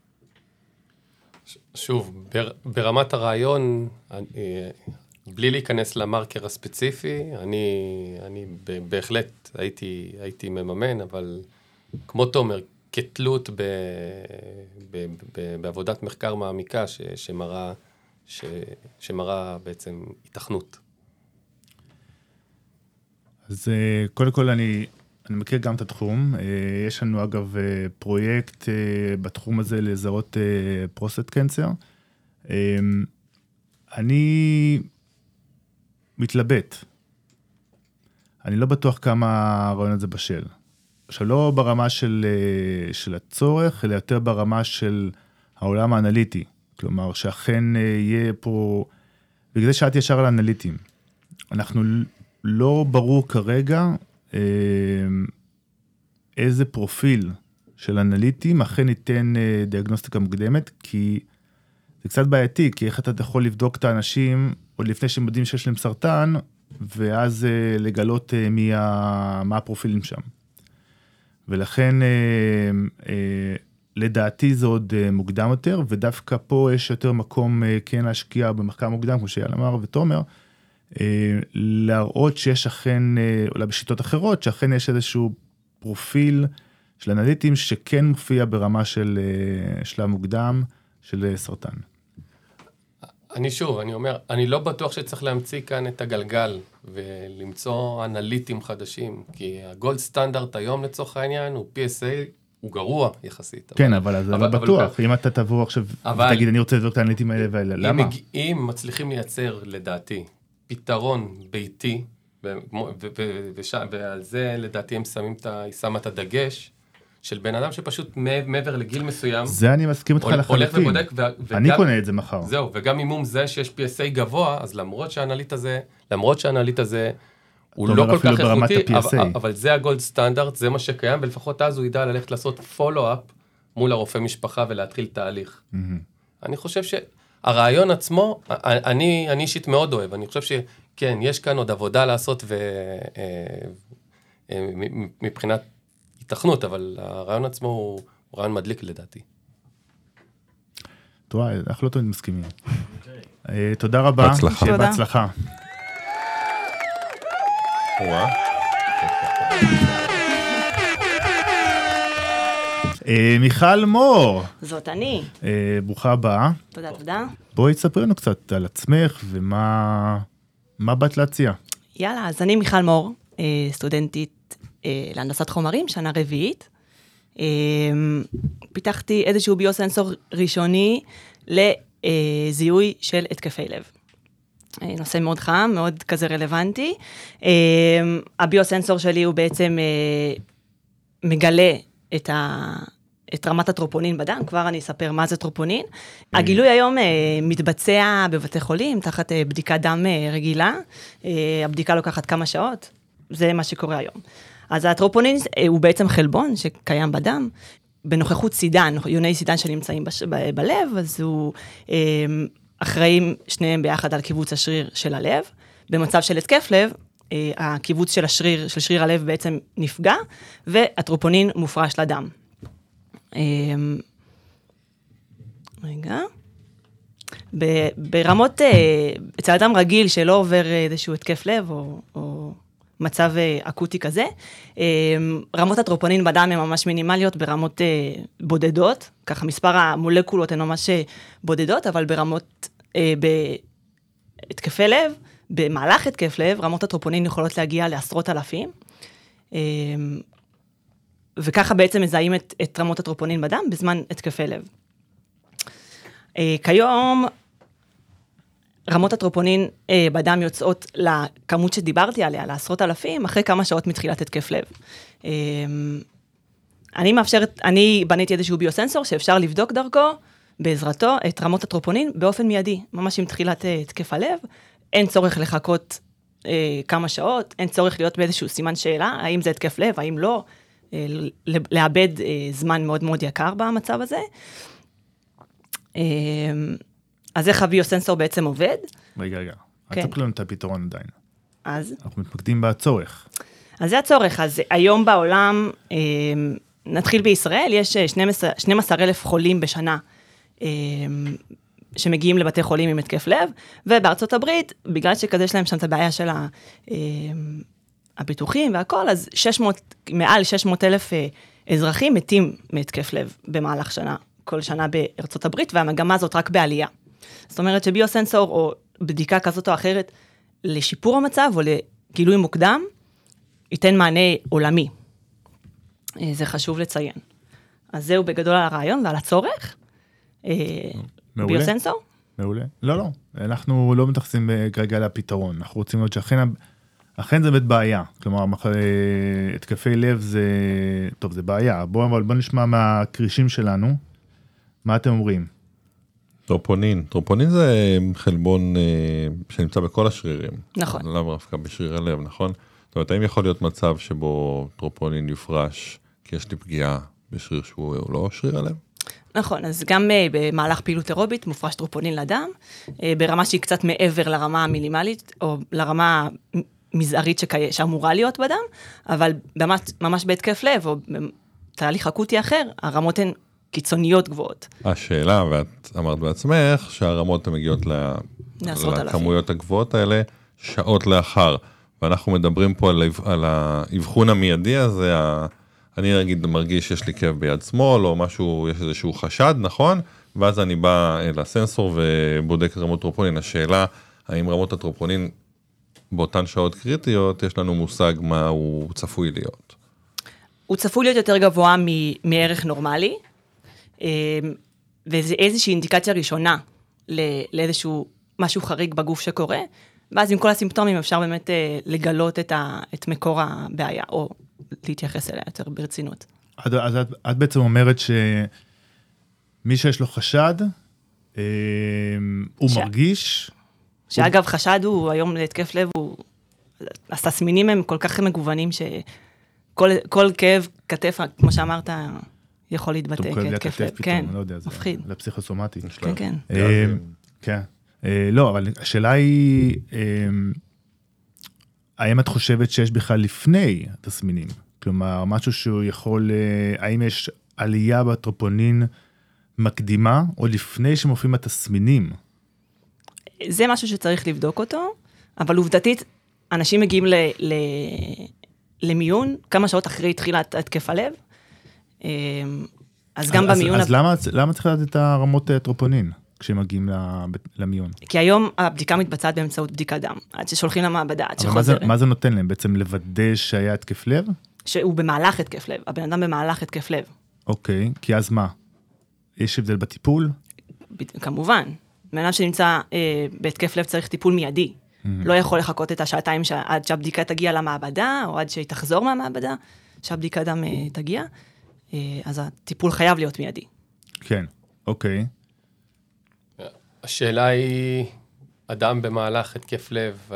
שוב, ברמת הרעיון, בלי להיכנס למרקר הספציפי, אני בהחלט הייתי מממן, אבל כמו תומר, כתלות בעבודת מחקר מעמיקה שמראה בעצם התכנות. אז קודם כל אני מכיר גם את התחום. יש לנו אגב פרויקט בתחום הזה לזהות פרוסטט קנצר. אני מתלבט. אני לא בטוח כמה הרעיון הזה בשל. עכשיו, לא ברמה של הצורך, אלא יותר ברמה של העולם האנליטי. כלומר, שאכן יהיה פה, בגלל זה שאלתי ישר על האנליטים. אנחנו לא ברור כרגע איזה פרופיל של אנליטים אכן ייתן דיאגנוסטיקה מוקדמת, כי זה קצת בעייתי, כי איך אתה יכול לבדוק את האנשים, עוד לפני שהם יודעים שיש להם סרטן, ואז לגלות מה הפרופילים שם. ולכן, לדעתי זה עוד מוקדם יותר, ודווקא פה יש יותר מקום כן להשקיע במחקר מוקדם, כמו שאייל אמר ותומר, להראות שיש אכן, אולי בשיטות אחרות, שאכן יש איזשהו פרופיל של אנליטים שכן מופיע ברמה של שלב מוקדם של סרטן. אני אומר, אני לא בטוח שצריך להמציא כאן את הגלגל ולמצוא אנליטים חדשים, כי הגולד סטנדרט היום לצורך העניין הוא PSA, הוא גרוע יחסית. כן, אבל זה לא בטוח. אם אתה תבוא עכשיו ותגיד, אני רוצה לבדוק את האנליטים האלה, למה? אם מצליחים לייצר, לדעתי, פתרון ביתי, ועל זה לדעתי הם שמה את הדגש, של בן אדם שפשוט מעבר לגיל מסוים, זה אני מסכים אותך לחלוטין. אני קונה את זה מחר. זהו, וגם אם זה שיש PSA גבוה, אז למרות שהאנליט הזה, הוא לא כל כך איכותי, אבל זה הגולד סטנדרט, זה מה שקיים, ולפחות אז הוא ידע ללכת לעשות פולו-אפ מול הרופא משפחה ולהתחיל תהליך. אני חושב שהרעיון עצמו, אני אישית מאוד אוהב, אני חושב שכן, יש כאן עוד עבודה לעשות מבחינת התכנות, אבל הרעיון עצמו הוא רעיון מדליק לדעתי. תראה, אנחנו לא תמיד מסכימים. תודה רבה. בהצלחה. בהצלחה. מיכל מור. זאת אני. ברוכה הבאה. תודה, תודה. בואי תספרי לנו קצת על עצמך ומה באת להציע. יאללה, אז אני מיכל מור, סטודנטית להנדסת חומרים, שנה רביעית. פיתחתי איזשהו ביוסנסור ראשוני לזיהוי של התקפי לב. נושא מאוד חם, מאוד כזה רלוונטי. הביוסנסור שלי הוא בעצם מגלה את רמת הטרופונין בדם, כבר אני אספר מה זה טרופונין. הגילוי היום מתבצע בבתי חולים, תחת בדיקת דם רגילה. הבדיקה לוקחת כמה שעות, זה מה שקורה היום. אז הטרופונין הוא בעצם חלבון שקיים בדם, בנוכחות סידן, יוני סידן שנמצאים בלב, אז הוא אחראים שניהם ביחד על קיבוץ השריר של הלב. במצב של התקף לב, הקיבוץ של שריר הלב בעצם נפגע, והטרופונין מופרש לדם. רגע. ברמות, אצל אדם רגיל שלא עובר איזשהו התקף לב, או מצב אקוטי כזה, רמות הטרופונין בדם הן ממש מינימליות, ברמות בודדות, ככה מספר המולקולות הן ממש בודדות, אבל ברמות, בהתקפי לב, במהלך התקף לב, רמות הטרופונין יכולות להגיע לעשרות אלפים, וככה בעצם מזהים את רמות הטרופונין בדם בזמן התקפי לב. כיום, רמות הטרופונין בדם יוצאות לכמות שדיברתי עליה, לעשרות אלפים, אחרי כמה שעות מתחילת התקף לב. אני בניתי איזשהו ביוסנסור שאפשר לבדוק דרכו, בעזרתו את רמות הטרופונין באופן מיידי, ממש עם תחילת התקף הלב, אין צורך לחכות כמה שעות, אין צורך להיות באיזשהו סימן שאלה, האם זה התקף לב, האם לא, לאבד זמן מאוד מאוד יקר במצב הזה. אז איך הביוסנסור בעצם עובד? רגע, אל תספר לנו את הפתרון עדיין. אז? אנחנו מתמקדים בצורך. אז זה הצורך, אז היום בעולם, נתחיל בישראל, יש 12,000 חולים בשנה, שמגיעים לבתי חולים עם התקף לב, ובארצות הברית, בגלל שכזה יש להם שם את הבעיה של הביטוחים והכל, אז מעל 600,000 אזרחים מתים מהתקף לב במהלך שנה, כל שנה בארצות הברית, והמגמה הזאת רק בעלייה. זאת אומרת שביוסנסור או בדיקה כזאת או אחרת, לשיפור המצב או לגילוי מוקדם, ייתן מענה עולמי. זה חשוב לציין. אז זהו בגדול על הרעיון ועל הצורך. ביוסנסור? מעולה. לא. אנחנו לא מתייחסים כרגע לפתרון. אנחנו רוצים לראות שאכן זה באמת בעיה. כלומר, התקפי לב זה... טוב, זה בעיה. בוא נשמע מהקרישים שלנו. מה אתם אומרים? טרופונין זה חלבון שנמצא בכל השרירים. נכון. לאו דווקא בשריר הלב, נכון? זאת אומרת, האם יכול להיות מצב שבו טרופונין יופרש כי יש לי פגיעה בשריר שהוא לא שריר הלב? נכון, אז גם במהלך פעילות אירובית מופרש טרופונין לדם, ברמה שהיא קצת מעבר לרמה המינימלית, או לרמה מזערית שאמורה להיות בדם, אבל ממש בהתקף לב, או בתהליך אקוטי אחר, הרמות הן קיצוניות גבוהות. השאלה, ואת אמרת בעצמך, שהרמות הן מגיעות לכמויות הגבוהות האלה, שעות לאחר, ואנחנו מדברים פה על האבחון המיידי הזה, אני אגיד, מרגיש שיש לי כאב ביד שמאל, או משהו, יש איזשהו חשד, נכון? ואז אני בא לסנסור ובודק רמות טרופונין. השאלה, האם רמות הטרופונין באותן שעות קריטיות, יש לנו מושג מה הוא צפוי להיות. הוא צפוי להיות יותר גבוה מערך נורמלי, וזה איזושהי אינדיקציה ראשונה לאיזשהו משהו חריג בגוף שקורה, ואז עם כל הסימפטומים אפשר באמת לגלות את מקור הבעיה, או להתייחס אליה יותר ברצינות. אז את בעצם אומרת שמי שיש לו חשד, הוא מרגיש... שאגב, חשד הוא היום להתקף לב, התסמינים הם כל כך מגוונים, שכל כאב כתף, כמו שאמרת, יכול להתבטא כהתקף לב. כן, לא יודע, זה לפסיכוסומטי. כן, כן. כן. לא, אבל השאלה היא, האם את חושבת שיש בכלל לפני התסמינים? כלומר, משהו שהוא יכול, האם יש עלייה בטרופונין מקדימה, או לפני שמופיעים התסמינים? זה משהו שצריך לבדוק אותו, אבל עובדתית, אנשים מגיעים למיון, כמה שעות אחרי תחילת התקף הלב, אז גם במיון... אז למה צריך לדעת את הרמות טרופונין? כשמגיעים למיון. כי היום הבדיקה מתבצעת באמצעות בדיקת דם, עד ששולחים למעבדה, עד שחוזר. מה זה נותן להם? בעצם לוודא שהיה התקף לב? שהוא במהלך התקף לב, הבן אדם במהלך התקף לב. אוקיי, כי אז מה? יש הבדל בטיפול? כמובן. בן אדם שנמצא בהתקף לב צריך טיפול מיידי. לא יכול לחכות את השעתיים עד שהבדיקה תגיע למעבדה, או עד שהיא תחזור מהמעבדה, שהבדיקה דם תגיע. אז הטיפול חייב להיות מיידי. כן, אוקיי. השאלה היא, אדם במהלך התקף לב,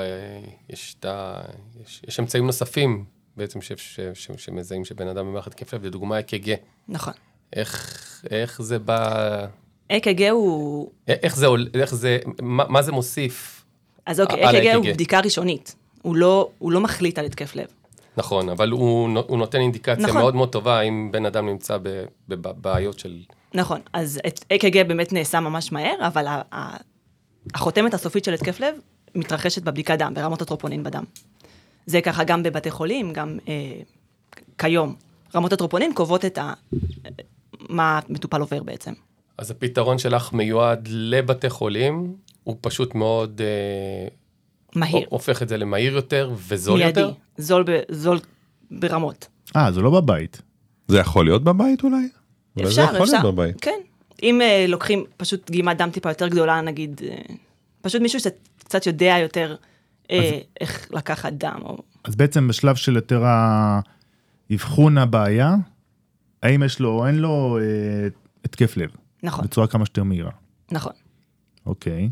יש אמצעים נוספים בעצם שמזהים שבן אדם במהלך התקף לב, לדוגמה אק"ג. נכון. איך זה בא... אק"ג הוא... איך זה, מה זה מוסיף? אז אוקיי, אק"ג הוא בדיקה ראשונית, הוא לא מחליט על התקף לב. נכון, אבל הוא נותן אינדיקציה מאוד מאוד טובה, אם בן אדם נמצא בבעיות של... נכון, אז אק"ג באמת נעשה ממש מהר, אבל החותמת הסופית של התקף לב מתרחשת בבדיקת דם, ברמות הטרופונין בדם. זה ככה גם בבתי חולים, גם כיום. רמות הטרופונין קובעות מה מטופל עובר בעצם. אז הפתרון שלך מיועד לבתי חולים, הוא פשוט מאוד... מהיר. הופך את זה למהיר יותר וזול יותר? מיידי, זול ברמות. זה לא בבית. זה יכול להיות בבית אולי? אפשר. כן. אם לוקחים פשוט דגימת דם טיפה יותר גדולה, נגיד, פשוט מישהו שקצת יודע יותר איך לקחת דם. אז בעצם בשלב של יותר האבחון הבעיה, האם יש לו או אין לו התקף לב? נכון, בצורה כמה שיותר מהירה. נכון. אוקיי.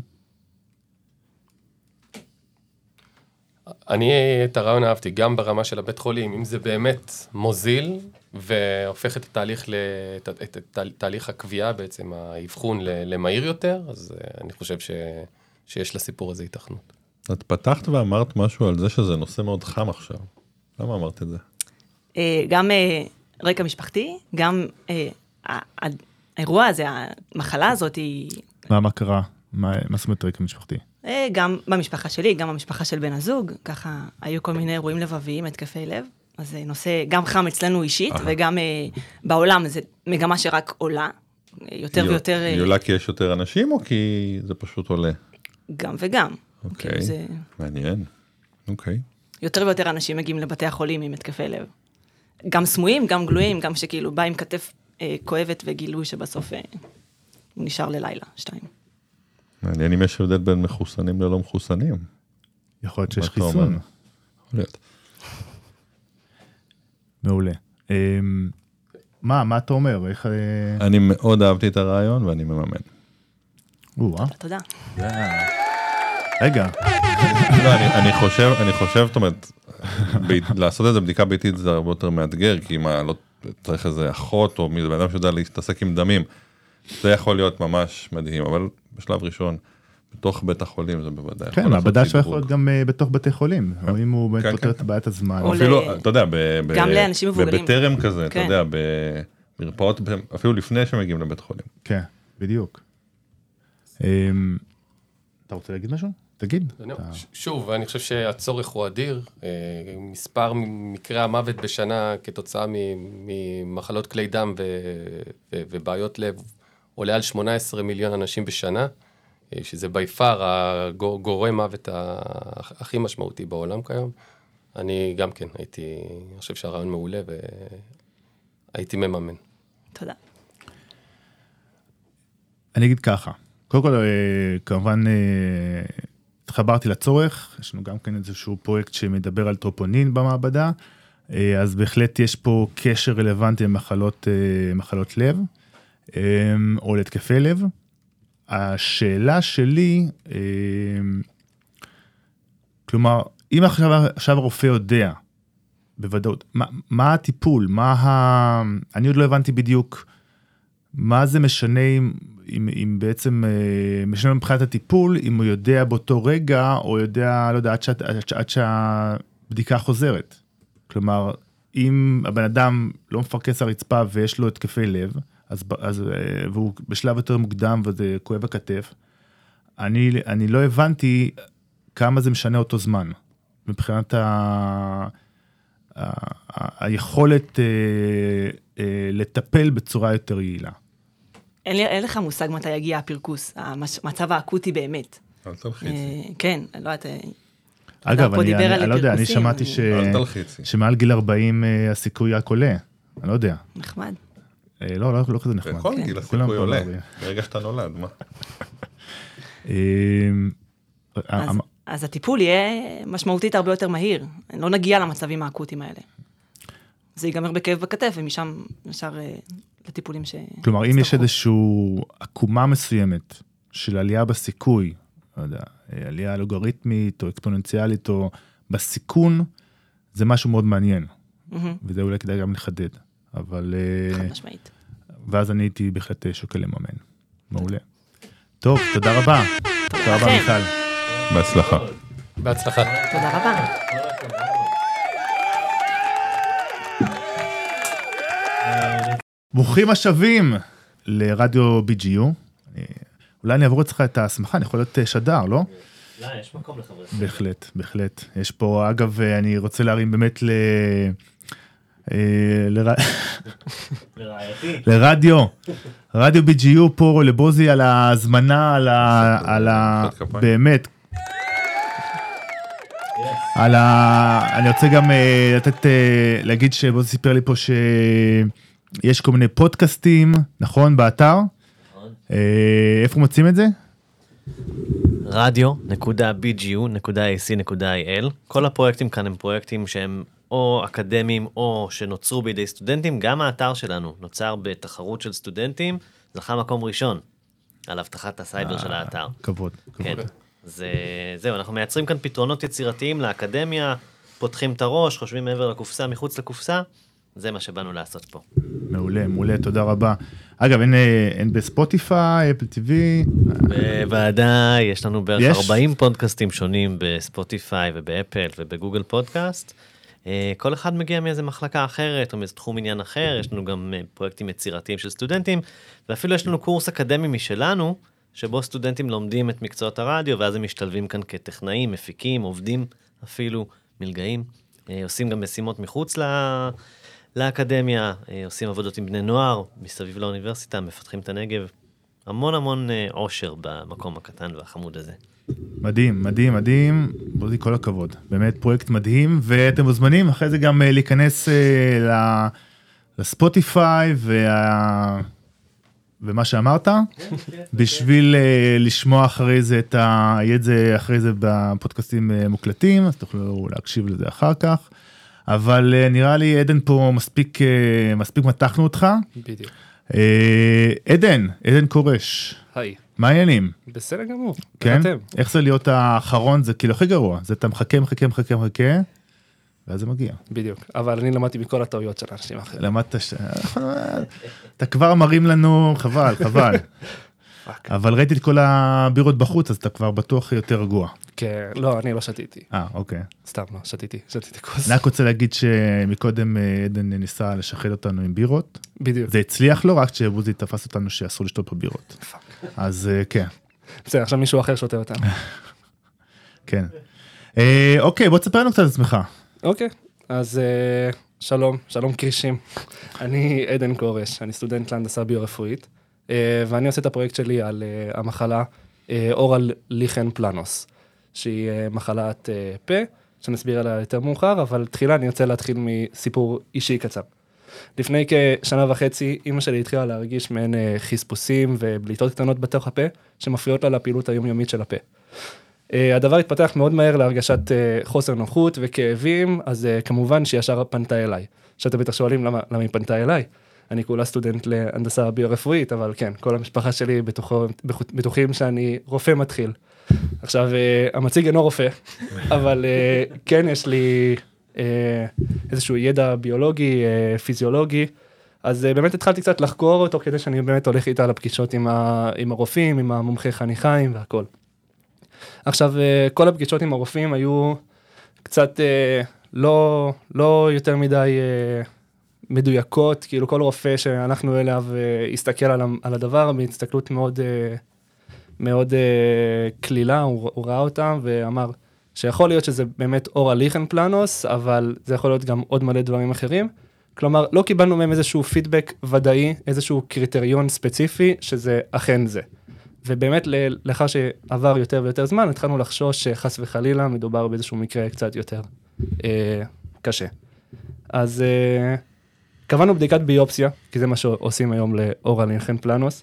אני את הרעיון אהבתי, גם ברמה של הבית חולים, אם זה באמת מוזיל, והופך את התהליך, את תהליך הקביעה, בעצם האבחון למהיר יותר, אז אני חושב שיש לסיפור הזה התכנות. את פתחת ואמרת משהו על זה שזה נושא מאוד חם עכשיו. למה אמרת את זה? גם רקע משפחתי, גם האירוע הזה, המחלה הזאת היא... מה קרה? מה זאת אומרת רקע משפחתי? גם במשפחה שלי, גם במשפחה של בן הזוג, ככה היו כל מיני אירועים לבביים, התקפי לב, אז זה נושא גם חם אצלנו אישית, וגם בעולם זה מגמה שרק עולה, יותר ויותר... היא עולה כי יש יותר אנשים, או כי זה פשוט עולה? גם וגם. אוקיי, מעניין. אוקיי. יותר ויותר אנשים מגיעים לבתי החולים עם התקפי לב. גם סמויים, גם גלויים, גם שכאילו בא עם כתף כואבת וגילוי שבסוף הוא נשאר ללילה, 2. מעניין אם יש הבדל בין מחוסנים ללא מחוסנים. יכול להיות שיש חיסון. יכול להיות. מעולה. מה אתה אומר? אני מאוד אהבתי את הרעיון ואני מממן. תודה. רגע. אני חושב, זאת אומרת, לעשות איזה בדיקה ביתית זה הרבה יותר מאתגר, כי מה, לא צריך איזה אחות, או בן אדם שיודע להתעסק עם דמים. זה יכול להיות ממש מדהים, אבל בשלב ראשון, בתוך בית החולים זה בוודאי. כן, מעבדה שלו יכול להיות גם בתוך בתי חולים, או אם הוא פותר את בעיית הזמן. אפילו, אתה יודע, גם לאנשים מבוגרים. בטרם כזה, אתה יודע, במרפאות, אפילו לפני שמגיעים לבית חולים. כן, בדיוק. אתה רוצה להגיד משהו? תגיד. שוב, אני חושב שהצורך הוא אדיר, מספר מקרי המוות בשנה כתוצאה ממחלות כלי דם ובעיות לב עולה על 18 מיליון אנשים בשנה, שזה ביפר הגורם מוות הכי משמעותי בעולם כיום. אני גם כן אני חושב שהרעיון מעולה והייתי מממן. תודה. אני אגיד ככה, קודם כל, כמובן, התחברתי לצורך, יש לנו גם כן איזשהו פרויקט שמדבר על טרופונין במעבדה, אז בהחלט יש פה קשר רלוונטי למחלות לב, או להתקפי לב. השאלה שלי, כלומר, אם עכשיו הרופא יודע, בוודאות, מה הטיפול, אני עוד לא הבנתי בדיוק, מה זה משנה אם בעצם משנה מבחינת הטיפול, אם הוא יודע באותו רגע, או יודע, לא יודע, עד שהבדיקה חוזרת. כלומר, אם הבן אדם לא מפרקס הרצפה ויש לו התקפי לב, והוא בשלב יותר מוקדם וזה כואב הכתף, אני לא הבנתי כמה זה משנה אותו זמן, מבחינת היכולת לטפל בצורה יותר יעילה. אין לך מושג מתי יגיע הפרקוס, המצב האקוטי באמת. אל תלחיצי. כן, לא, אתה... אגב, אני לא יודע, אני שמעתי שמעל גיל 40 הסיכוי רק עולה, אני לא יודע. נחמד. לא כזה נחמד. בכל גיל הסיכוי עולה, ברגע שאתה נולד, מה? אז הטיפול יהיה משמעותית הרבה יותר מהיר, לא נגיע למצבים האקוטיים האלה. זה ייגמר בכאב בכתף, ומשם נשאר לטיפולים ש... כלומר, אם יש איזושהי עקומה מסוימת של עלייה בסיכוי, לא יודע, עלייה לוגריתמית או אקספוננציאלית או בסיכון, זה משהו מאוד מעניין. וזה אולי כדאי גם לחדד. אבל... חד משמעית. ואז אני הייתי בהחלט שוקל לממן. מעולה. טוב, תודה רבה. תודה רבה, מיכל. בהצלחה. בהצלחה. תודה רבה. ברוכים השבים לרדיו BGU. אולי אני אעבור אצלך את ההסמכה, אני יכול להיות שדר, לא? לא, יש מקום לחברי. בהחלט, בהחלט. יש פה, אגב, אני רוצה להרים באמת לרדיו BGU פה, לבוזי על ההזמנה, על באמת, אני רוצה גם להגיד שבוזי סיפר לי פה שיש כל מיני פודקאסטים, נכון, באתר? איפה מוצאים את זה? radio.bgu.ac.il. כל הפרויקטים כאן הם פרויקטים שהם או אקדמיים או שנוצרו בידי סטודנטים. גם האתר שלנו נוצר בתחרות של סטודנטים. זכה מקום ראשון על הבטחת הסייבר של האתר. כבוד. כן, זהו, אנחנו מייצרים כאן פתרונות יצירתיים לאקדמיה, פותחים את הראש, חושבים מעבר לקופסה, מחוץ לקופסה, זה מה שבאנו לעשות פה. מעולה, מעולה, תודה רבה. אגב, אין בספוטיפיי, אפל טיווי? בוודאי, יש לנו בערך 40 פודקאסטים שונים בספוטיפיי ובאפל ובגוגל פודקאסט. כל אחד מגיע מאיזה מחלקה אחרת או מאיזה תחום עניין אחר, יש לנו גם פרויקטים יצירתיים של סטודנטים, ואפילו יש לנו קורס אקדמי משלנו, שבו סטודנטים לומדים את מקצועות הרדיו, ואז הם משתלבים כאן כטכנאים, מפיקים, עובדים אפילו, מלגאים, עושים גם משימות מחוץ לאקדמיה, עושים עבודות עם בני נוער, מסביב לאוניברסיטה, מפתחים את הנגב, המון עושר במקום הקטן והחמוד הזה. מדהים, מדהים, מדהים, בוזי, כל הכבוד. באמת פרויקט מדהים, ואתם מוזמנים אחרי זה גם להיכנס לספוטיפיי ומה שאמרת, בשביל לשמוע אחרי זה יהיה את זה אחרי זה בפודקאסטים מוקלטים, אז תוכלו להקשיב לזה אחר כך, אבל נראה לי עדן פה מספיק מתחנו אותך. בדיוק. עדן קורש. היי. מה העניינים? בסדר גמור. כן? איך זה להיות האחרון? זה כאילו הכי גרוע. זה אתה מחכה, ואז זה מגיע. בדיוק. אבל אני למדתי מכל הטעויות של האנשים אחרים. למדת אתה כבר מרים לנו, חבל. אבל ראיתי את כל הבירות בחוץ, אז אתה כבר בטוח יותר רגוע. כן, לא, אני לא שתיתי. אוקיי. סתם לא, שתיתי כוס. אני רק רוצה להגיד שמקודם עדן ניסה לשחד אותנו עם בירות. בדיוק. זה הצליח לו, רק שבוזי תפס אותנו שאסור לשתות פה בירות. אז כן. בסדר, עכשיו מישהו אחר שותה אותנו. כן. אוקיי, בוא תספר לנו קצת את עצמך. אוקיי, אז שלום קרישים. אני עדן קורש, אני סטודנט להנדסה ביו-רפואית, ואני עושה את הפרויקט שלי על המחלה אורל ליכן פלנוס, שהיא מחלת פה, שנסביר עליה יותר מאוחר, אבל תחילה אני רוצה להתחיל מסיפור אישי קצר. לפני כשנה וחצי, אמא שלי התחילה להרגיש מעין חספוסים ובליטות קטנות בתוך הפה, שמפריעות לה לפעילות היומיומית של הפה. הדבר התפתח מאוד מהר להרגשת חוסר נוחות וכאבים, אז כמובן שישר פנתה אליי. שאתם בטח שואלים למה היא פנתה אליי. אני כולה סטודנט להנדסה ביו-רפואית, אבל כן, כל המשפחה שלי בטוחים שאני רופא מתחיל. עכשיו, המציג אינו רופא, אבל כן יש לי איזשהו ידע ביולוגי, פיזיולוגי, אז באמת התחלתי קצת לחקור אותו, כדי שאני באמת הולך איתה לפגישות עם הרופאים, עם המומחי חניכיים והכל. עכשיו, כל הפגישות עם הרופאים היו קצת לא יותר מדי מדויקות, כאילו כל רופא שאנחנו אליו הסתכל על הדבר, בהסתכלות מאוד כלילה, הוא ראה אותם ואמר שיכול להיות שזה באמת אורל ליכן פלנוס, אבל זה יכול להיות גם עוד מלא דברים אחרים. כלומר, לא קיבלנו מהם איזשהו פידבק ודאי, איזשהו קריטריון ספציפי, שזה אכן זה. ובאמת, לאחר שעבר יותר ויותר זמן, התחלנו לחשוש שחס וחלילה מדובר באיזשהו מקרה קצת יותר קשה. אז קבענו בדיקת ביופסיה, כי זה מה שעושים היום לאורל ליכן פלנוס,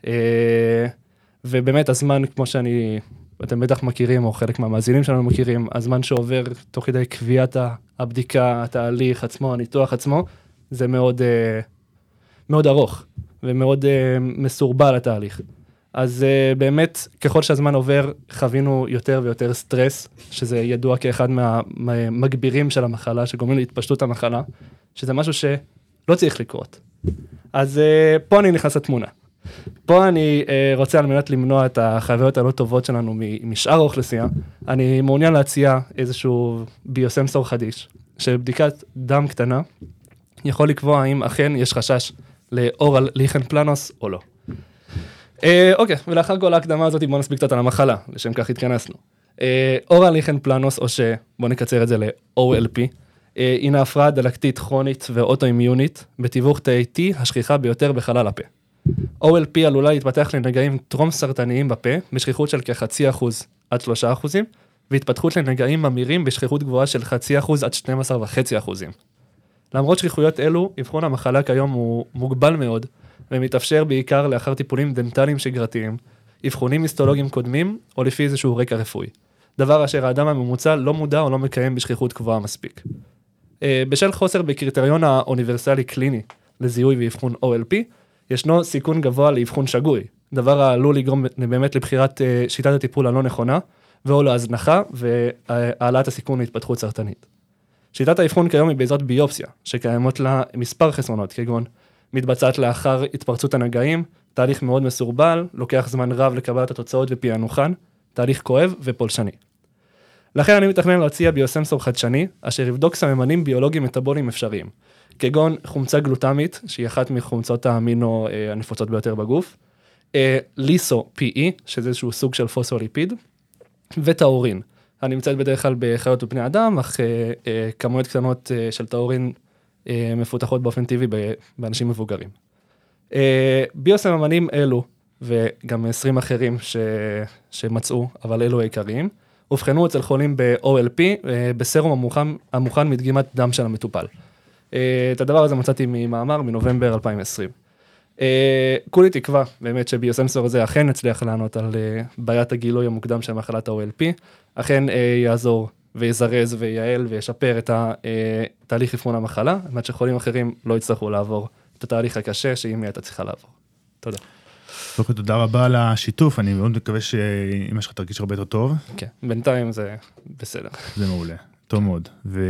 ובאמת הזמן, כמו אתם בטח מכירים, או חלק מהמאזינים שלנו מכירים, הזמן שעובר תוך כדי קביעת הבדיקה, התהליך עצמו, הניתוח עצמו, זה מאוד ארוך, ומאוד מסורבל התהליך. אז באמת, ככל שהזמן עובר, חווינו יותר ויותר סטרס, שזה ידוע כאחד מהמגבירים של המחלה, שגורמים להתפשטות המחלה, שזה משהו שלא צריך לקרות. אז פה אני נכנס לתמונה. פה אני רוצה על מנת למנוע את החוויות הלא טובות שלנו משאר האוכלוסייה, אני מעוניין להציע איזשהו ביוסנסור חדיש, שבדיקת דם קטנה יכול לקבוע האם אכן יש חשש לאורל ליכן פלנוס או לא. אוקיי, ולאחר כל ההקדמה הזאת בואו נספיק קצת על המחלה, לשם כך התכנסנו. אורל ליכן פלנוס, או שבואו נקצר את זה ל-OLP, הינה הפרעה דלקתית כרונית ואוטואימיונית, בתיווך תאי T השכיחה ביותר בחלל הפה. OLP עלולה להתפתח לנגעים טרום סרטניים בפה, בשכיחות של כ0.5% עד 3%, והתפתחות לנגעים ממירים בשכיחות גבוהה של 0.5% עד 12.5%. למרות שכיחויות אלו, אבחון המחלה כיום הוא מוגבל מאוד, ומתאפשר בעיקר לאחר טיפולים דנטליים שגרתיים, אבחונים היסטולוגיים קודמים, או לפי איזשהו רקע רפואי. דבר אשר האדם הממוצע לא מודע או לא מקיים בשכיחות גבוהה מספיק. בשל חוסר בקריטריון האוניברסלי קליני לזיהוי ואבחון OLP, ישנו סיכון גבוה לאבחון שגוי, דבר העלול לגרום באמת לבחירת שיטת הטיפול הלא נכונה, ואו להזנחה והעלאת הסיכון להתפתחות סרטנית. שיטת האבחון כיום היא בעזרת ביופסיה, שקיימות לה מספר חסרונות, כגון מתבצעת לאחר התפרצות הנגעים, תהליך מאוד מסורבל, לוקח זמן רב לקבלת התוצאות ופענוחן, תהליך כואב ופולשני. לכן אני מתכנן להציע ביוסנסור חדשני, אשר יבדוק סממנים ביולוגיים מטאבוליים אפשריים, כגון חומצה גלוטמית, שהיא אחת מחומצות האמינו הנפוצות ביותר בגוף, ליסו-PE, שזה איזשהו סוג של פוספוליפיד, וטאורין, הנמצאת בדרך כלל בחיות ובני אדם, אך כמויות קטנות של טאורין מפותחות באופן טבעי באנשים מבוגרים. ביוסממנים אלו, וגם 20 אחרים שמצאו, אבל אלו העיקריים, הובחנו אצל חולים ב-OLP, בסרום המוכן מדגימת דם של המטופל. את הדבר הזה מצאתי ממאמר מנובמבר 2020. כולי תקווה באמת שביוסנסור הזה אכן נצליח לענות על בעיית הגילוי המוקדם של מחלת ה-OLP, אכן יעזור ויזרז ויעל וישפר את התהליך אבחון המחלה, על מנת שחולים אחרים לא יצטרכו לעבור את התהליך הקשה שהיא הייתה צריכה לעבור. תודה. תודה רבה על השיתוף, אני מאוד מקווה שאמא שלך תרגיש הרבה יותר טוב. כן, בינתיים זה בסדר. זה מעולה, טוב מאוד.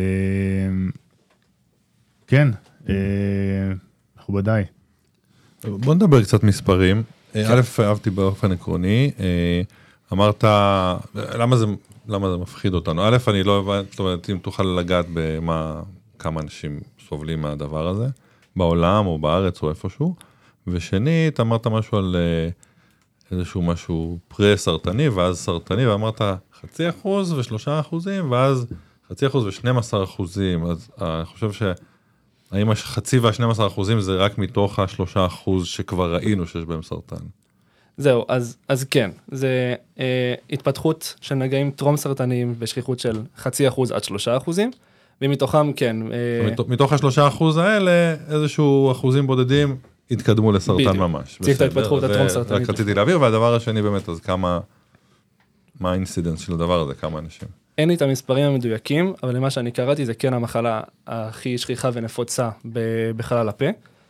כן, מכובדיי. בוא נדבר קצת מספרים. א', אהבתי באופן עקרוני, אמרת, למה זה מפחיד אותנו? א', אני לא הבנתי, זאת אומרת, אם תוכל לגעת כמה אנשים סובלים מהדבר הזה, בעולם או בארץ או איפשהו, ושנית, אמרת משהו על איזשהו משהו פרה-סרטני, ואז סרטני, ואמרת 0.5% ו3%, ואז 0.5% ו12%, אז אני חושב האם 0.5% וה12% זה רק מתוך 3% שכבר ראינו שיש בהם סרטן? זהו, אז כן, זה התפתחות של נגעים טרום סרטניים בשכיחות של 0.5% עד 3%, ומתוכם כן. מתוך 3% האלה, איזשהו אחוזים בודדים התקדמו לסרטן ממש. צריך את ההתפתחות הטרום סרטנית. רק רציתי להעביר, והדבר השני באמת, אז מה האינסידנס של הדבר הזה, כמה אנשים? אין לי את המספרים המדויקים, אבל למה שאני קראתי זה כן המחלה הכי שכיחה ונפוצה בחלל הפה.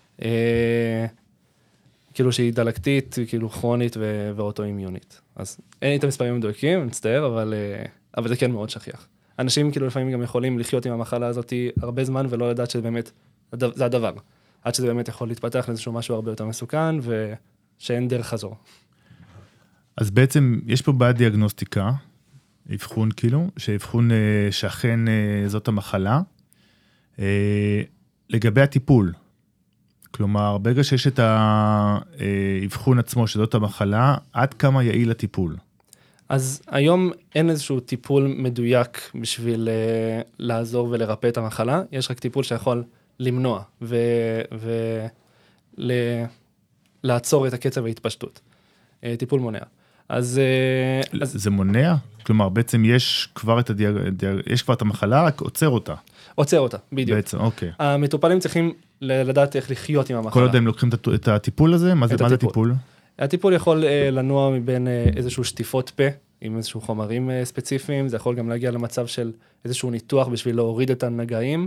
כאילו שהיא דלקתית, כאילו כרונית ואוטואימיונית. אז אין לי את המספרים המדויקים, אני מצטער, אבל זה כן מאוד שכיח. אנשים כאילו לפעמים גם יכולים לחיות עם המחלה הזאת הרבה זמן ולא לדעת שזה באמת, זה הדבר. עד שזה באמת יכול להתפתח לאיזשהו משהו הרבה יותר מסוכן ושאין דרך חזור. אז בעצם יש פה בעיה דיאגנוסטיקה, אבחון כאילו, שאבחון שאכן זאת המחלה. לגבי הטיפול, כלומר, ברגע שיש את האבחון עצמו שזאת המחלה, עד כמה יעיל הטיפול? אז היום אין איזשהו טיפול מדויק בשביל לעזור ולרפא את המחלה, יש רק טיפול שיכול למנוע ולעצור את הקצב ההתפשטות. טיפול מונע. אז זה מונע? כלומר, בעצם יש כבר את המחלה, רק עוצר אותה. עוצר אותה, בדיוק. בעצם, אוקיי. המטופלים צריכים לדעת איך לחיות עם המחלה. כל עוד הם לוקחים את הטיפול הזה? מה זה טיפול? הטיפול יכול לנוע מבין איזשהו שטיפות פה, עם איזשהו חומרים ספציפיים, זה יכול גם להגיע למצב של איזשהו ניתוח בשביל להוריד את הנגעים.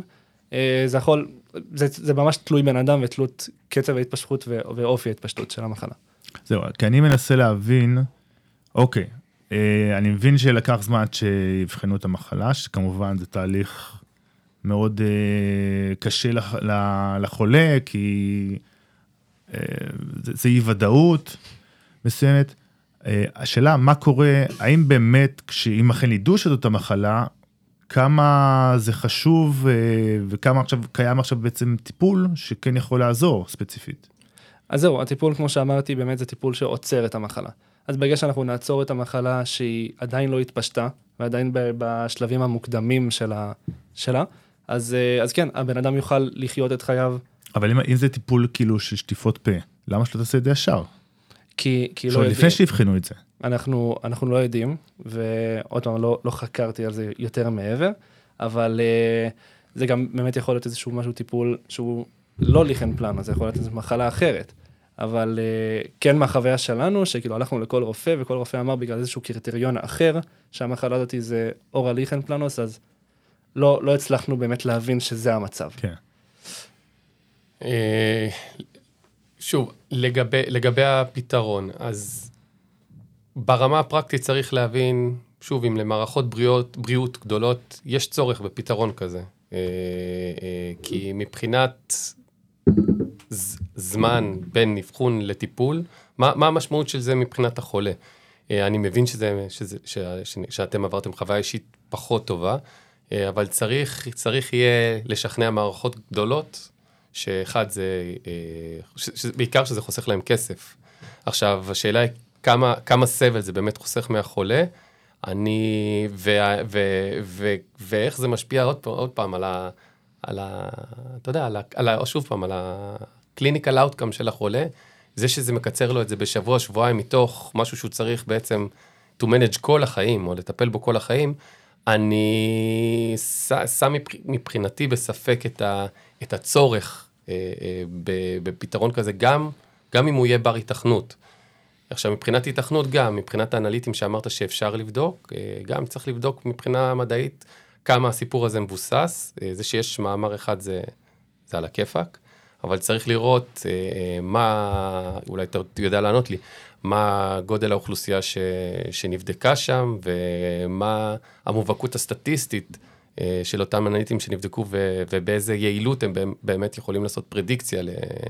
זה ממש תלוי בן אדם ותלות קצב ההתפשטות ואופי ההתפשטות של המחלה. זהו, כי אני מנסה להבין, אוקיי, אני מבין שלקח זמן שיבחנו את המחלה, שכמובן זה תהליך מאוד קשה לחולה, כי זה אי ודאות מסוימת. השאלה, מה קורה, האם באמת, אם אכן ידעו שזאת המחלה, כמה זה חשוב, וכמה קיים עכשיו בעצם טיפול שכן יכול לעזור ספציפית? אז זהו, הטיפול, כמו שאמרתי, באמת זה טיפול שעוצר את המחלה. אז ברגע שאנחנו נעצור את המחלה שהיא עדיין לא התפשטה, ועדיין בשלבים המוקדמים שלה, אז כן, הבן אדם יוכל לחיות את חייו. אבל אם זה טיפול כאילו של שטיפות פה, למה שלא תעשה את זה ישר? כי לא יודעים. לפני שיבחנו את זה. אנחנו לא יודעים, ועוד פעם, לא חקרתי על זה יותר מעבר, אבל זה גם באמת יכול להיות איזשהו משהו טיפול שהוא לא ליכן פלן, אז זה יכול להיות איזו מחלה אחרת. אבל כן מהחוויה שלנו, שכאילו הלכנו לכל רופא, וכל רופא אמר בגלל איזשהו קריטריון אחר, שהמחלה הזאת זה אורה ליכן פלנוס, אז לא הצלחנו באמת להבין שזה המצב. כן. שוב, לגבי הפתרון, אז ברמה הפרקטית צריך להבין, שוב, אם למערכות בריאות גדולות, יש צורך בפתרון כזה. כי מבחינת זמן בין אבחון לטיפול, מה המשמעות של זה מבחינת החולה? אני מבין שאתם עברתם חוויה אישית פחות טובה, אבל צריך יהיה לשכנע מערכות גדולות, שאחד זה, בעיקר שזה חוסך להם כסף. עכשיו, השאלה היא כמה סבל זה באמת חוסך מהחולה, ואיך זה משפיע עוד פעם שוב פעם, על ה-clinical outcome של החולה, זה שזה מקצר לו את זה בשבוע, שבועיים, מתוך משהו שהוא צריך בעצם to manage כל החיים, או לטפל בו כל החיים, אני שם מבחינתי בספק את הצורך בפתרון כזה, גם אם הוא יהיה בר התכנות. עכשיו, מבחינת התכנות גם, מבחינת האנליטים שאמרת שאפשר לבדוק, גם צריך לבדוק מבחינה מדעית כמה הסיפור הזה מבוסס. זה שיש מאמר אחד זה על הכיפק, אבל צריך לראות אולי אתה יודע לענות לי, מה גודל האוכלוסייה שנבדקה שם, ומה המובהקות הסטטיסטית של אותם אנליטים שנבדקו, ובאיזה יעילות הם באמת יכולים לעשות פרדיקציה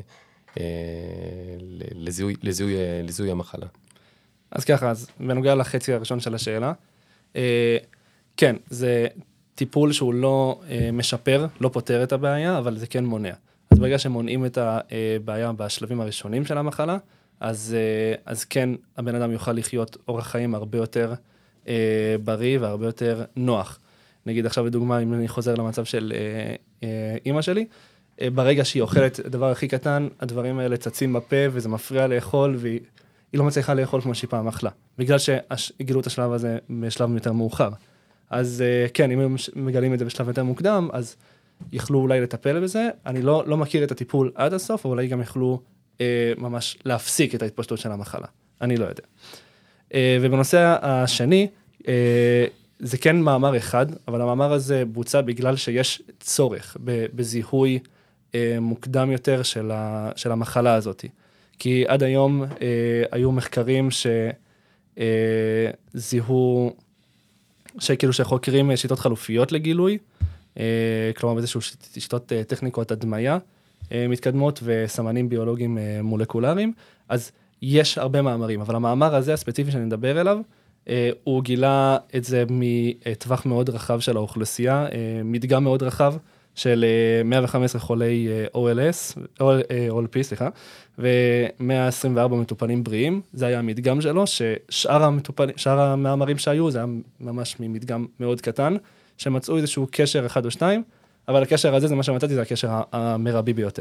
לזיהוי המחלה. אז ככה, אז בנוגע לחצי הראשון של השאלה, כן, זה טיפול שהוא לא משפר, לא פותר את הבעיה, אבל זה כן מונע. אז ברגע שמונעים את הבעיה בשלבים הראשונים של המחלה, אז כן, הבן אדם יוכל לחיות אורח חיים הרבה יותר בריא והרבה יותר נוח. נגיד עכשיו לדוגמה, אם אני חוזר למצב של אמא שלי, ברגע שהיא אוכלת הדבר הכי קטן, הדברים האלה צצים בפה וזה מפריע לאכול, והיא לא מצליחה לאכול כמו שהיא פעם אכלה, בגלל שהגילו את השלב הזה בשלב יותר מאוחר. אז כן, אם הם מגלים את זה בשלב יותר מוקדם, אז יכלו אולי לטפל בזה. אני לא מכיר את הטיפול עד הסוף, אבל אולי גם יכלו ממש להפסיק את ההתפשטות של המחלה. אני לא יודע. ובנושא השני, זה כן מאמר אחד, אבל המאמר הזה בוצע בגלל שיש צורך בזיהוי מוקדם יותר של המחלה הזאת. כי עד היום היו מחקרים שזיהו, שכאילו שחוקרים שיטות חלופיות לגילוי, כלומר באיזשהו שיטות טכניקות הדמיה מתקדמות וסמנים ביולוגיים מולקולריים, אז יש הרבה מאמרים, אבל המאמר הזה הספציפי שאני מדבר אליו, הוא גילה את זה מטווח מאוד רחב של האוכלוסייה, מדגם מאוד רחב של 115 חולי OLP, ו-124 מטופלים בריאים, זה היה המדגם שלו, ששאר המאמרים שהיו, זה היה ממש ממדגם מאוד קטן, שמצאו איזשהו קשר אחד או שתיים, אבל הקשר הזה, זה מה שמצאתי, זה הקשר המרבי ביותר.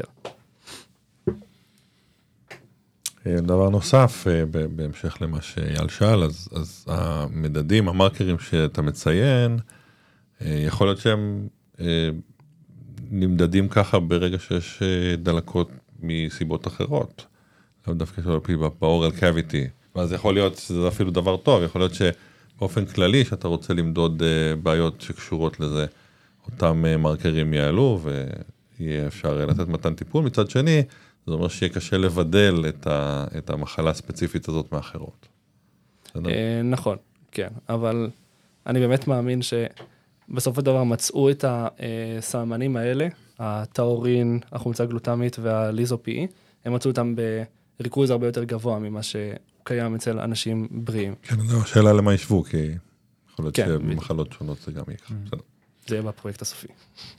דבר נוסף, בהמשך למה שאייל שאל, אז המדדים, המרקרים שאתה מציין, יכול להיות שהם נמדדים ככה ברגע שיש דלקות מסיבות אחרות, לא דווקא שלא באורל קאביטי, ואז יכול להיות שזה אפילו דבר טוב, יכול להיות שבאופן כללי שאתה רוצה למדוד בעיות שקשורות לזה, אותם מרקרים יעלו ויהיה אפשר לתת מתן טיפול, מצד שני, זאת אומרת שיהיה קשה לבדל את המחלה הספציפית הזאת מאחרות. נכון, כן, אבל אני באמת מאמין שבסוף הדבר מצאו את הסממנים האלה, הטאורין, החומצה גלוטמית והליזו-פי, הם מצאו אותם בריכוז הרבה יותר גבוה ממה שקיים אצל אנשים בריאים. כן, זו השאלה למה ישבו, כי יכול להיות שבמחלות שונות זה גם יקרה. זה יהיה בפרויקט הסופי.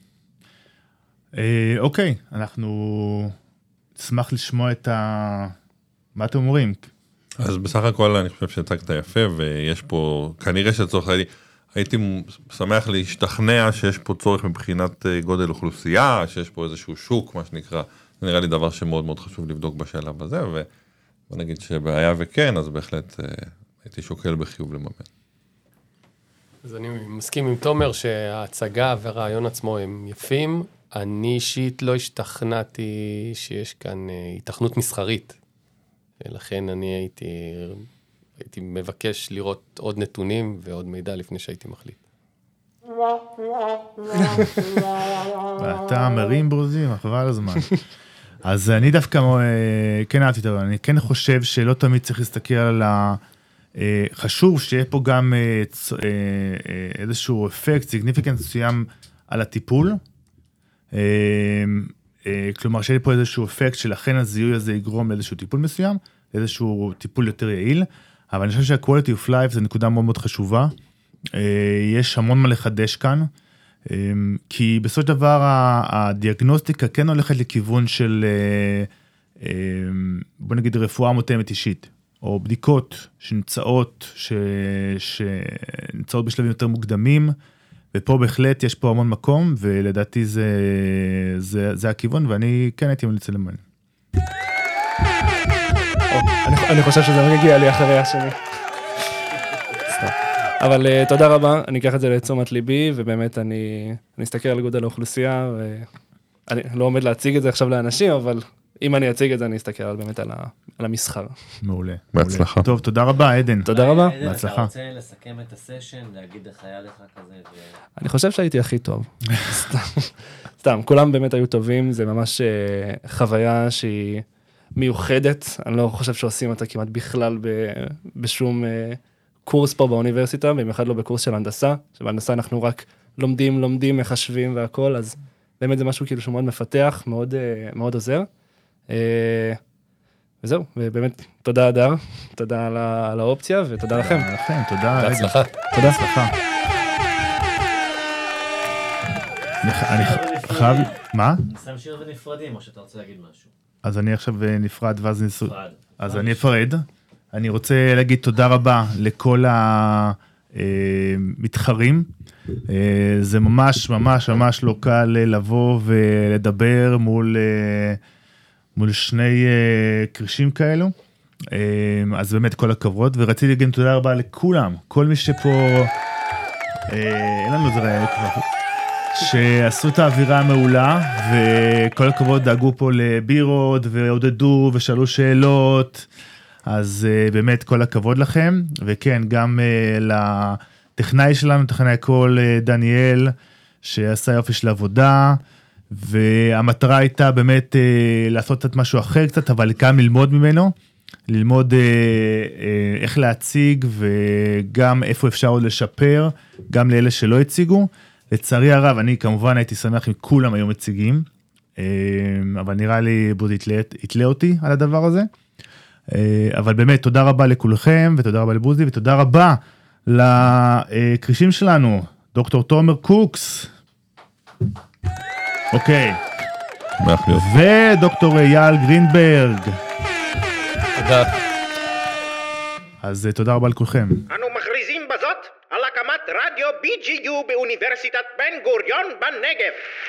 אוקיי, אנחנו נשמח לשמוע מה אתם אומרים? אז בסך הכל אני חושב שהצגת יפה, ויש פה, כנראה שצורך, הייתי שמח להשתכנע שיש פה צורך מבחינת גודל אוכלוסייה, שיש פה איזשהו שוק, מה שנקרא, זה נראה לי דבר שמאוד מאוד חשוב לבדוק בשלב הזה, ובוא נגיד שבעיה וכן, אז בהחלט הייתי שוקל בחיוב לממן. אז אני מסכים עם תומר שההצגה והרעיון עצמו הם יפים, אני אישית לא השתכנעתי שיש כאן התכנות מסחרית, ולכן אני הייתי מבקש לראות עוד נתונים ועוד מידע לפני שהייתי מחליט. ואתה מרים ברוזים, אחרי הזמן. אז אני דווקא כן אהבתי את הרעיון, אני כן חושב שלא תמיד צריך להסתכל על חשוב שיהיה פה גם איזשהו אפקט, סיגניפיקנט מסוים על הטיפול, כלומר שיהיה פה איזשהו אפקט שלכן הזיהוי הזה יגרום לאיזשהו טיפול מסוים, לאיזשהו טיפול יותר יעיל, אבל אני חושב שה-quality of life זה נקודה מאוד מאוד חשובה, יש המון מה לחדש כאן, כי בסופו של דבר הדיאגנוסטיקה כן הולכת לכיוון של, בוא נגיד רפואה מותאמת אישית, או בדיקות שנמצאות בשלבים יותר מוקדמים, ופה בהחלט יש פה המון מקום, ולדעתי זה הכיוון, ואני כן הייתי ממליץ למען. אני חושב שזה מגיע לי אחרי השני. אבל תודה רבה, אני אקח את זה לתשומת ליבי, ובאמת אני אסתכל על גודל האוכלוסייה, ואני לא עומד להציג את זה עכשיו לאנשים, אבל אם אני אציג את זה, אני אסתכל באמת על המסחר. מעולה. בהצלחה. טוב, תודה רבה, עדן. תודה רבה. בהצלחה. אתה רוצה לסכם את הסשן, להגיד איך היה לך כזה? אני חושב שהייתי הכי טוב. סתם, כולם באמת היו טובים, זה ממש חוויה שהיא מיוחדת, אני לא חושב שעושים אותה כמעט בכלל בשום קורס פה באוניברסיטה, במיוחד לא בקורס של הנדסה, שבהנדסה אנחנו רק לומדים, מחשבים והכל, אז באמת זה משהו כאילו שהוא מאוד מפתח, מאוד עוזר. וזהו, ובאמת תודה אדר, תודה על האופציה, ותודה לכם. תודה. בהצלחה. תודה. הצלחה. אני חייב, מה? נסיים שיר ונפרדים, או שאתה רוצה להגיד משהו? אז אני עכשיו נפרד, אז אני אפרד. אני רוצה להגיד תודה רבה לכל המתחרים. זה ממש לא קל לבוא ולדבר מול שני קרישים כאלו. אז באמת כל הכבוד, ורציתי להגיד תודה רבה לכולם, כל מי שפה, אין לנו זה רעיון כבר, שעשו את האווירה המעולה, וכל הכבוד דאגו פה לבירות, ועודדו ושאלו שאלות, אז באמת כל הכבוד לכם, וכן, גם לטכנאי שלנו, טכנאי הקול דניאל, שעשה יופי של עבודה, והמטרה הייתה באמת לעשות את משהו אחר קצת, אבל גם ללמוד ממנו, ללמוד איך להציג, וגם איפה אפשר עוד לשפר, גם לאלה שלא הציגו. לצערי הרב, אני כמובן הייתי שמח אם כולם היו מציגים, אבל נראה לי בוזי יתלה אותי על הדבר הזה. אבל באמת, תודה רבה לכולכם, ותודה רבה לבוזי, ותודה רבה לקרישים שלנו, דוקטור תומר קוקס. אוקיי. ודוקטור אייל גרינברג. תודה. אז תודה רבה לכולכם. אנו מכריזים בזאת על הקמת רדיו BGU באוניברסיטת בן גוריון בנגב.